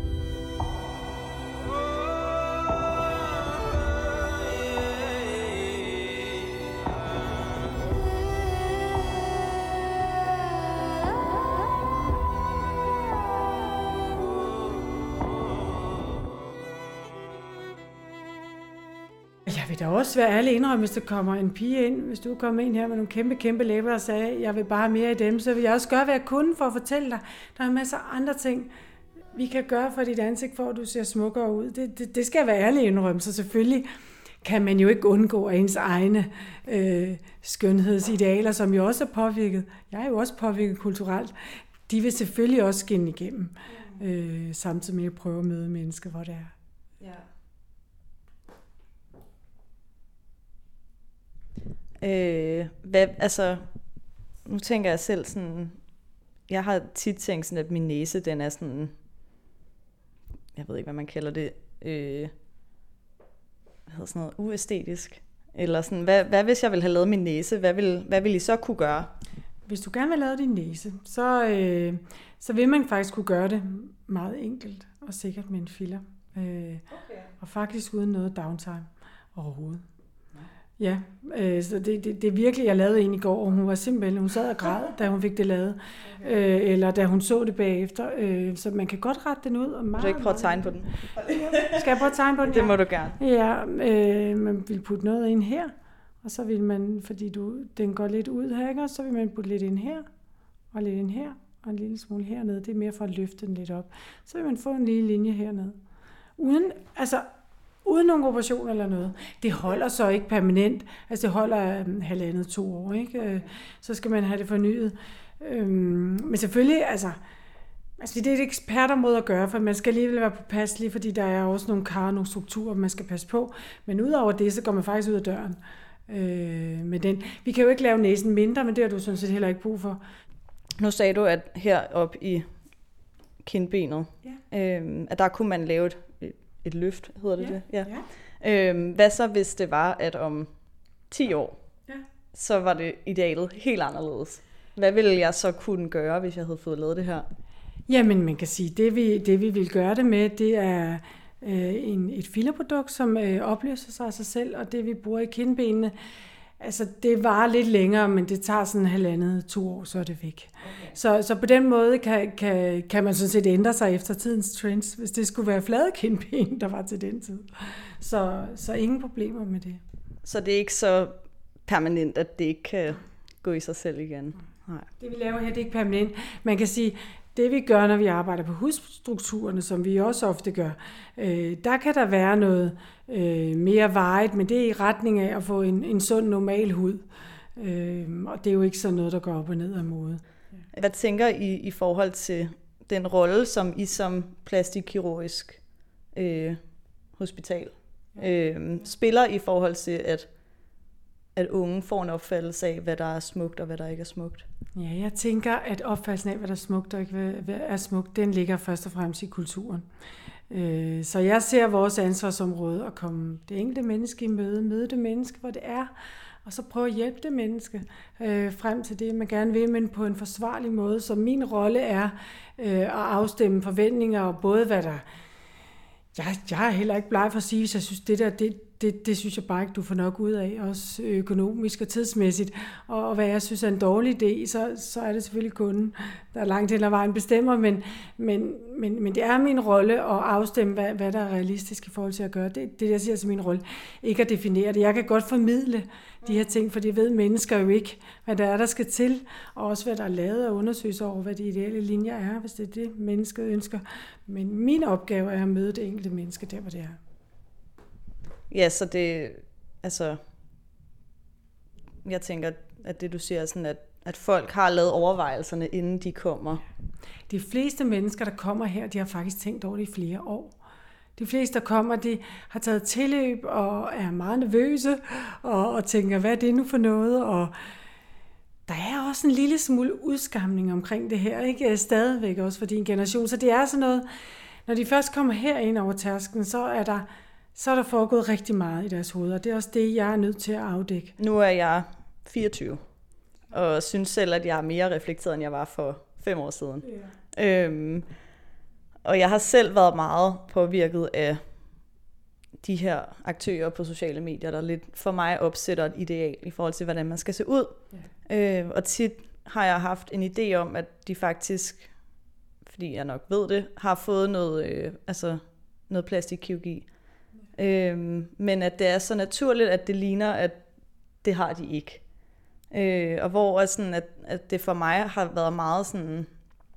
Jeg vil da også være ærlig indrømme, hvis der kommer en pige ind, hvis du kommer ind her med nogle kæmpe, kæmpe læber og sagde, jeg vil bare have mere i dem, så vil jeg også gøre, hvad jeg kunne for at fortælle dig. Der er masser af andre ting, vi kan gøre for dit ansigt, for at du ser smukkere ud. Det, det, det skal jeg være ærlig indrømme, så selvfølgelig kan man jo ikke undgå ens egne øh, skønhedsidealer, som jo også er påvirket. Jeg er jo også påvirket kulturelt. De vil selvfølgelig også skinne igennem, øh, samtidig med at prøve at møde mennesker, hvor det er. Ja. Øh, hvad, altså, nu tænker jeg selv sådan, jeg har tit tænkt sådan, at min næse, den er sådan, jeg ved ikke, hvad man kalder det, øh, hvad hedder sådan noget, uæstetisk, eller sådan, hvad, hvad hvis jeg ville have lavet min næse, hvad vil, hvad vil I så kunne gøre? Hvis du gerne vil lave din næse, så, øh, så vil man faktisk kunne gøre det meget enkelt og sikkert med en filler, øh, okay. og faktisk uden noget downtime overhovedet. Ja, øh, så det, det, det er virkelig, jeg lavede en i går, og hun var simpelthen, hun sad og græd, da hun fik det lavet, okay. øh, eller da hun så det bagefter, øh, så man kan godt rette den ud. Og meget, du ikke prøve at tegne på den? Skal jeg prøve at tegne på den? Det må du gerne. Ja, øh, man vil putte noget ind her, og så vil man, fordi du, den går lidt ud her, ikke? Så vil man putte lidt ind her, og lidt ind her, og en lille smule hernede, det er mere for at løfte den lidt op. Så vil man få en lille linje hernede. Uden, altså, uden nogen operation eller noget. Det holder så ikke permanent. Altså det holder um, halvandet to år, ikke? Så skal man have det fornyet. Øhm, men selvfølgelig, altså, altså det er et ekspertområde at gøre, for man skal alligevel være påpasselig, fordi der er også nogle kar, nogle strukturer, man skal passe på. Men udover det, så går man faktisk ud af døren øh, med den. Vi kan jo ikke lave næsen mindre, men det har du sådan set heller ikke brug for. Nu sagde du, at heroppe i kindbenet, ja. øhm, at der kunne man lave et, et løft, hedder det ja. det? Ja. Ja. Øhm, hvad så, hvis det var, at om ti år, ja. så var det idealet helt anderledes? Hvad ville jeg så kunne gøre, hvis jeg havde fået lavet det her? Jamen, man kan sige, det vi, det vi vil gøre det med, det er øh, en, et fillerprodukt, som øh, opløser sig af sig selv, og det vi bruger i kindbenene, altså det varer lidt længere, men det tager sådan halvandet, to år, så er det væk. Okay. Så, så på den måde kan, kan, kan man sådan set ændre sig efter tidens trends, hvis det skulle være flade kindben, der var til den tid. Så, så ingen problemer med det. Så det er ikke så permanent, at det ikke kan gå i sig selv igen? Nej. Det vi laver her, det er ikke permanent. Man kan sige, det vi gør, når vi arbejder på hudstrukturerne, som vi også ofte gør, øh, der kan der være noget øh, mere varigt, men det er i retning af at få en, en sund, normal hud. Øh, og det er jo ikke sådan noget, der går op og ned af mode. Hvad tænker I i forhold til den rolle, som I som plastikkirurgisk øh, hospital øh, spiller i forhold til, at at unge får en opfattelse af, hvad der er smukt og hvad der ikke er smukt? Ja, jeg tænker, at opfattelsen af, hvad der er smukt og ikke hvad er smukt, den ligger først og fremmest i kulturen. Så jeg ser vores ansvarsområde at komme det enkelte menneske i møde, møde det menneske, hvor det er, og så prøve at hjælpe det menneske frem til det, man gerne vil, men på en forsvarlig måde. Så min rolle er at afstemme forventninger, og både hvad der... Jeg, jeg er heller ikke bleg for at sige, hvis jeg synes, det der, det, det, det synes jeg bare ikke, du får nok ud af, også økonomisk og tidsmæssigt. Og, og hvad jeg synes er en dårlig idé, så, så er det selvfølgelig kunden, der er langt hen ad vejen bestemmer, men, men, men, men det er min rolle at afstemme, hvad, hvad der er realistisk i forhold til at gøre. Det, det jeg siger som min rolle, ikke at definere det. Jeg kan godt formidle de her ting, for de ved mennesker jo ikke, hvad der er, der skal til, og også hvad der er lavet og undersøges over, hvad de ideelle linjer er, hvis det er det, mennesket ønsker. Men min opgave er at møde det enkelte menneske der, hvor det er. Ja, så det, altså, jeg tænker, at det du siger er sådan, at, at folk har lavet overvejelserne, inden de kommer. De fleste mennesker, der kommer her, de har faktisk tænkt over det i flere år. De fleste, der kommer, de har taget tilløb og er meget nervøse og, og tænker, hvad er det nu for noget? Og der er også en lille smule udskamning omkring det her, ikke? Stadigvæk også for din generation. Så det er sådan noget, når de først kommer herind over tærsklen, så er der, så er der foregået rigtig meget i deres hoveder. Det er også det, jeg er nødt til at afdække. Nu er jeg fireogtyve, og synes selv, at jeg er mere reflekteret, end jeg var for fem år siden. Yeah. Øhm, og jeg har selv været meget påvirket af de her aktører på sociale medier, der lidt for mig opsætter et ideal i forhold til, hvordan man skal se ud. Yeah. Øh, og tit har jeg haft en idé om, at de faktisk, fordi jeg nok ved det, har fået noget, øh, altså noget plastikkirurgi. Yeah. Øhm, men at det er så naturligt, at det ligner, at det har de ikke. Øh, og hvor sådan, at, at det for mig har været meget sådan,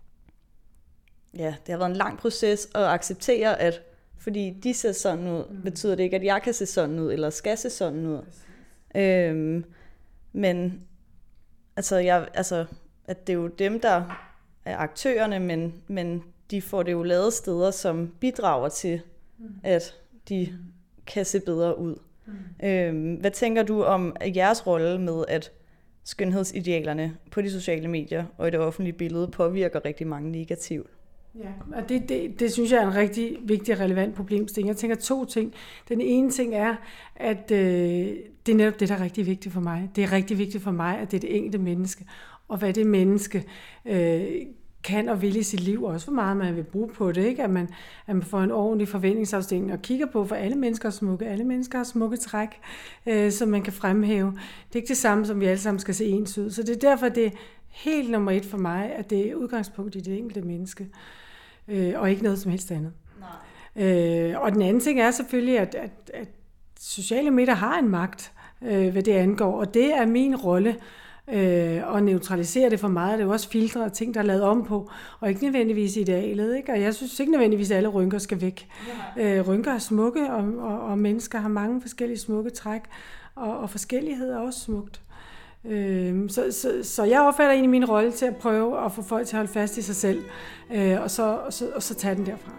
ja, det har været en lang proces at acceptere, at fordi de ser sådan ud, mm. betyder det ikke, at jeg kan se sådan ud, eller skal se sådan ud. Øhm, men altså, jeg, altså, at det er jo dem, der er aktørerne, men, men de får det jo lavet steder, som bidrager til, mm. at de mm. kan se bedre ud. Mm. Øhm, hvad tænker du om jeres rolle med, at skønhedsidealerne på de sociale medier og i det offentlige billede påvirker rigtig mange negativt? Ja, og det, det, det synes jeg er en rigtig vigtig og relevant problemstilling. Jeg tænker to ting. Den ene ting er, at øh, det er netop det, der er rigtig vigtigt for mig. Det er rigtig vigtigt for mig, at det er det enkelte menneske, og hvad det menneske øh, kan og vil i sit liv, også hvor meget man vil bruge på det, ikke? At man, at man får en ordentlig forventningsafstemning og kigger på, for alle mennesker er smukke. Alle mennesker har smukke træk, øh, som man kan fremhæve. Det er ikke det samme, som vi alle sammen skal se ens ud. Så det er derfor, det er helt nummer et for mig, at det er udgangspunkt i det enkelte menneske, øh, og ikke noget som helst andet. Nej. Øh, og den anden ting er selvfølgelig, at, at, at sociale medier har en magt, øh, hvad det angår, og det er min rolle, Øh, og neutralisere det for meget. Det er jo også filtre og ting, der er lavet om på, og ikke nødvendigvis idealet, ikke? Og jeg synes ikke nødvendigvis, at alle rynker skal væk. Ja. Øh, rynker er smukke, og, og, og mennesker har mange forskellige smukke træk, og, og forskellighed er også smukt. Øh, så, så, så jeg opfatter egentlig min rolle til at prøve at få folk til at holde fast i sig selv, øh, og, så, og, så, og så tage den derfra.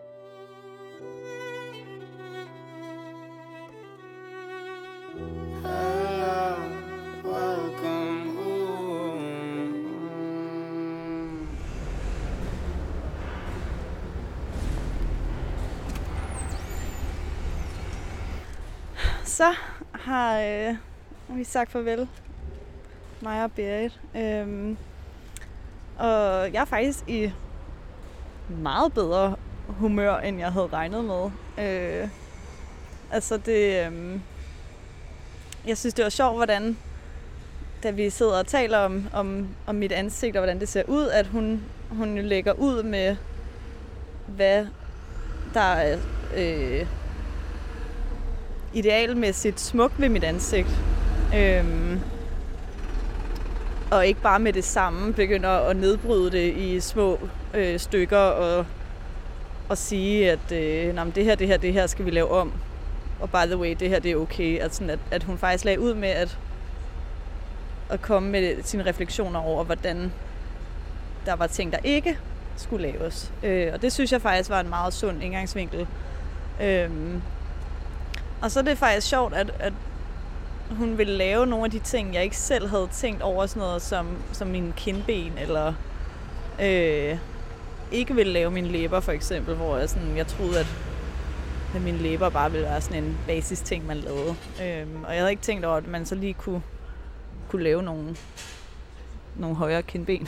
Så har øh, vi sagt farvel, mig og Berit. Øhm, og jeg er faktisk i meget bedre humør, end jeg havde regnet med. Øh, altså det... Øh, jeg synes, det var sjovt, hvordan, da vi sidder og taler om, om, om mit ansigt, og hvordan det ser ud, at hun, hun jo lægger ud med, hvad der er... Øh, idealmæssigt smukt ved mit ansigt. Øhm, og ikke bare med det samme begynder at nedbryde det i små øh, stykker og, og sige, at øh, nej, det her, det her, det her skal vi lave om. Og by the way, det her, det er okay. At, sådan, at, at hun faktisk lagde ud med at, at komme med sine refleksioner over, hvordan der var ting, der ikke skulle laves. Øh, og det synes jeg faktisk var en meget sund indgangsvinkel. Øhm, Og så er det faktisk sjovt, at, at hun ville lave nogle af de ting, jeg ikke selv havde tænkt over, sådan noget som, som mine kindben, eller øh, ikke ville lave mine læber for eksempel, hvor jeg, sådan, jeg troede, at, at mine læber bare ville være sådan en basis ting, man lavede. Øh, og jeg havde ikke tænkt over, at man så lige kunne, kunne lave nogle, nogle højere kindben.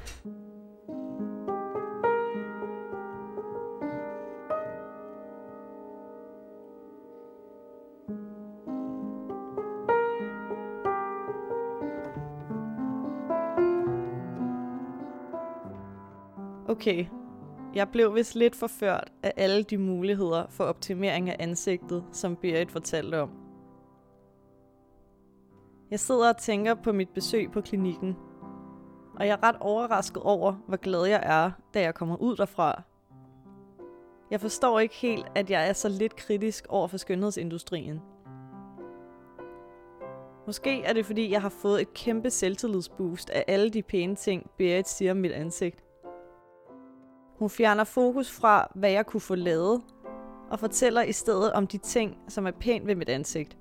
Okay, jeg blev vist lidt forført af alle de muligheder for optimering af ansigtet, som Berit fortalte om. Jeg sidder og tænker på mit besøg på klinikken, og jeg er ret overrasket over, hvor glad jeg er, da jeg kommer ud derfra. Jeg forstår ikke helt, at jeg er så lidt kritisk over for skønhedsindustrien. Måske er det, fordi jeg har fået et kæmpe selvtillidsboost af alle de pæne ting, Berit siger om mit ansigt. Hun fjerner fokus fra, hvad jeg kunne få lavet, og fortæller i stedet om de ting, som er pænt ved mit ansigt.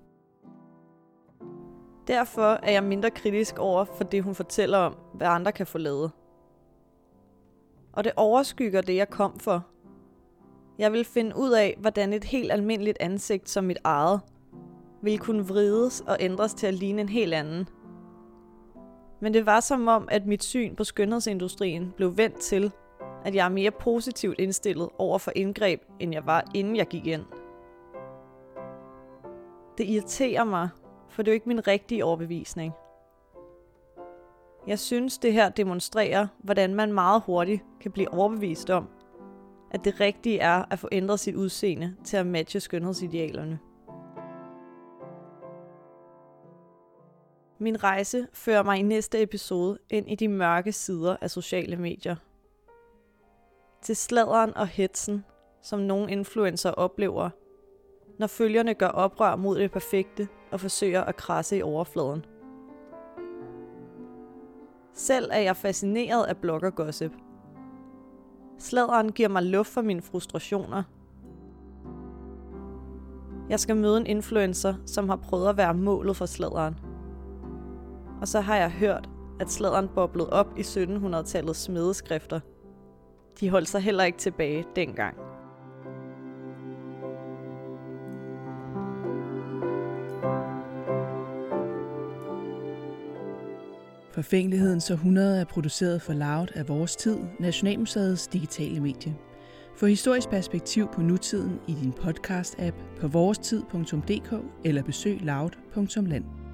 Derfor er jeg mindre kritisk over for det, hun fortæller om, hvad andre kan få lavet. Og det overskygger det, jeg kom for. Jeg vil finde ud af, hvordan et helt almindeligt ansigt som mit eget ville kunne vrides og ændres til at ligne en helt anden. Men det var som om, at mit syn på skønhedsindustrien blev vendt til, at jeg er mere positivt indstillet over for indgreb, end jeg var, inden jeg gik ind. Det irriterer mig, for det er jo ikke min rigtige overbevisning. Jeg synes, det her demonstrerer, hvordan man meget hurtigt kan blive overbevist om, at det rigtige er at få ændret sit udseende til at matche skønhedsidealerne. Min rejse fører mig i næste episode ind i de mørke sider af sociale medier. Til sladderen og hetsen, som nogle influencer oplever, når følgerne gør oprør mod det perfekte og forsøger at krasse i overfladen. Selv er jeg fascineret af bloggergossip. Sladderen giver mig luft for mine frustrationer. Jeg skal møde en influencer, som har prøvet at være målet for sladderen. Og så har jeg hørt, at sladderen boblede op i syttenhundredetallets smedeskrifter. De holdt sig heller ikke tilbage dengang. Forfængelighedens århundrede er produceret for Loud af Vores Tid, Nationalmuseets digitale medie. Få historisk perspektiv på nutiden i din podcast-app på vorestid punktum d k eller besøg loud punktum land.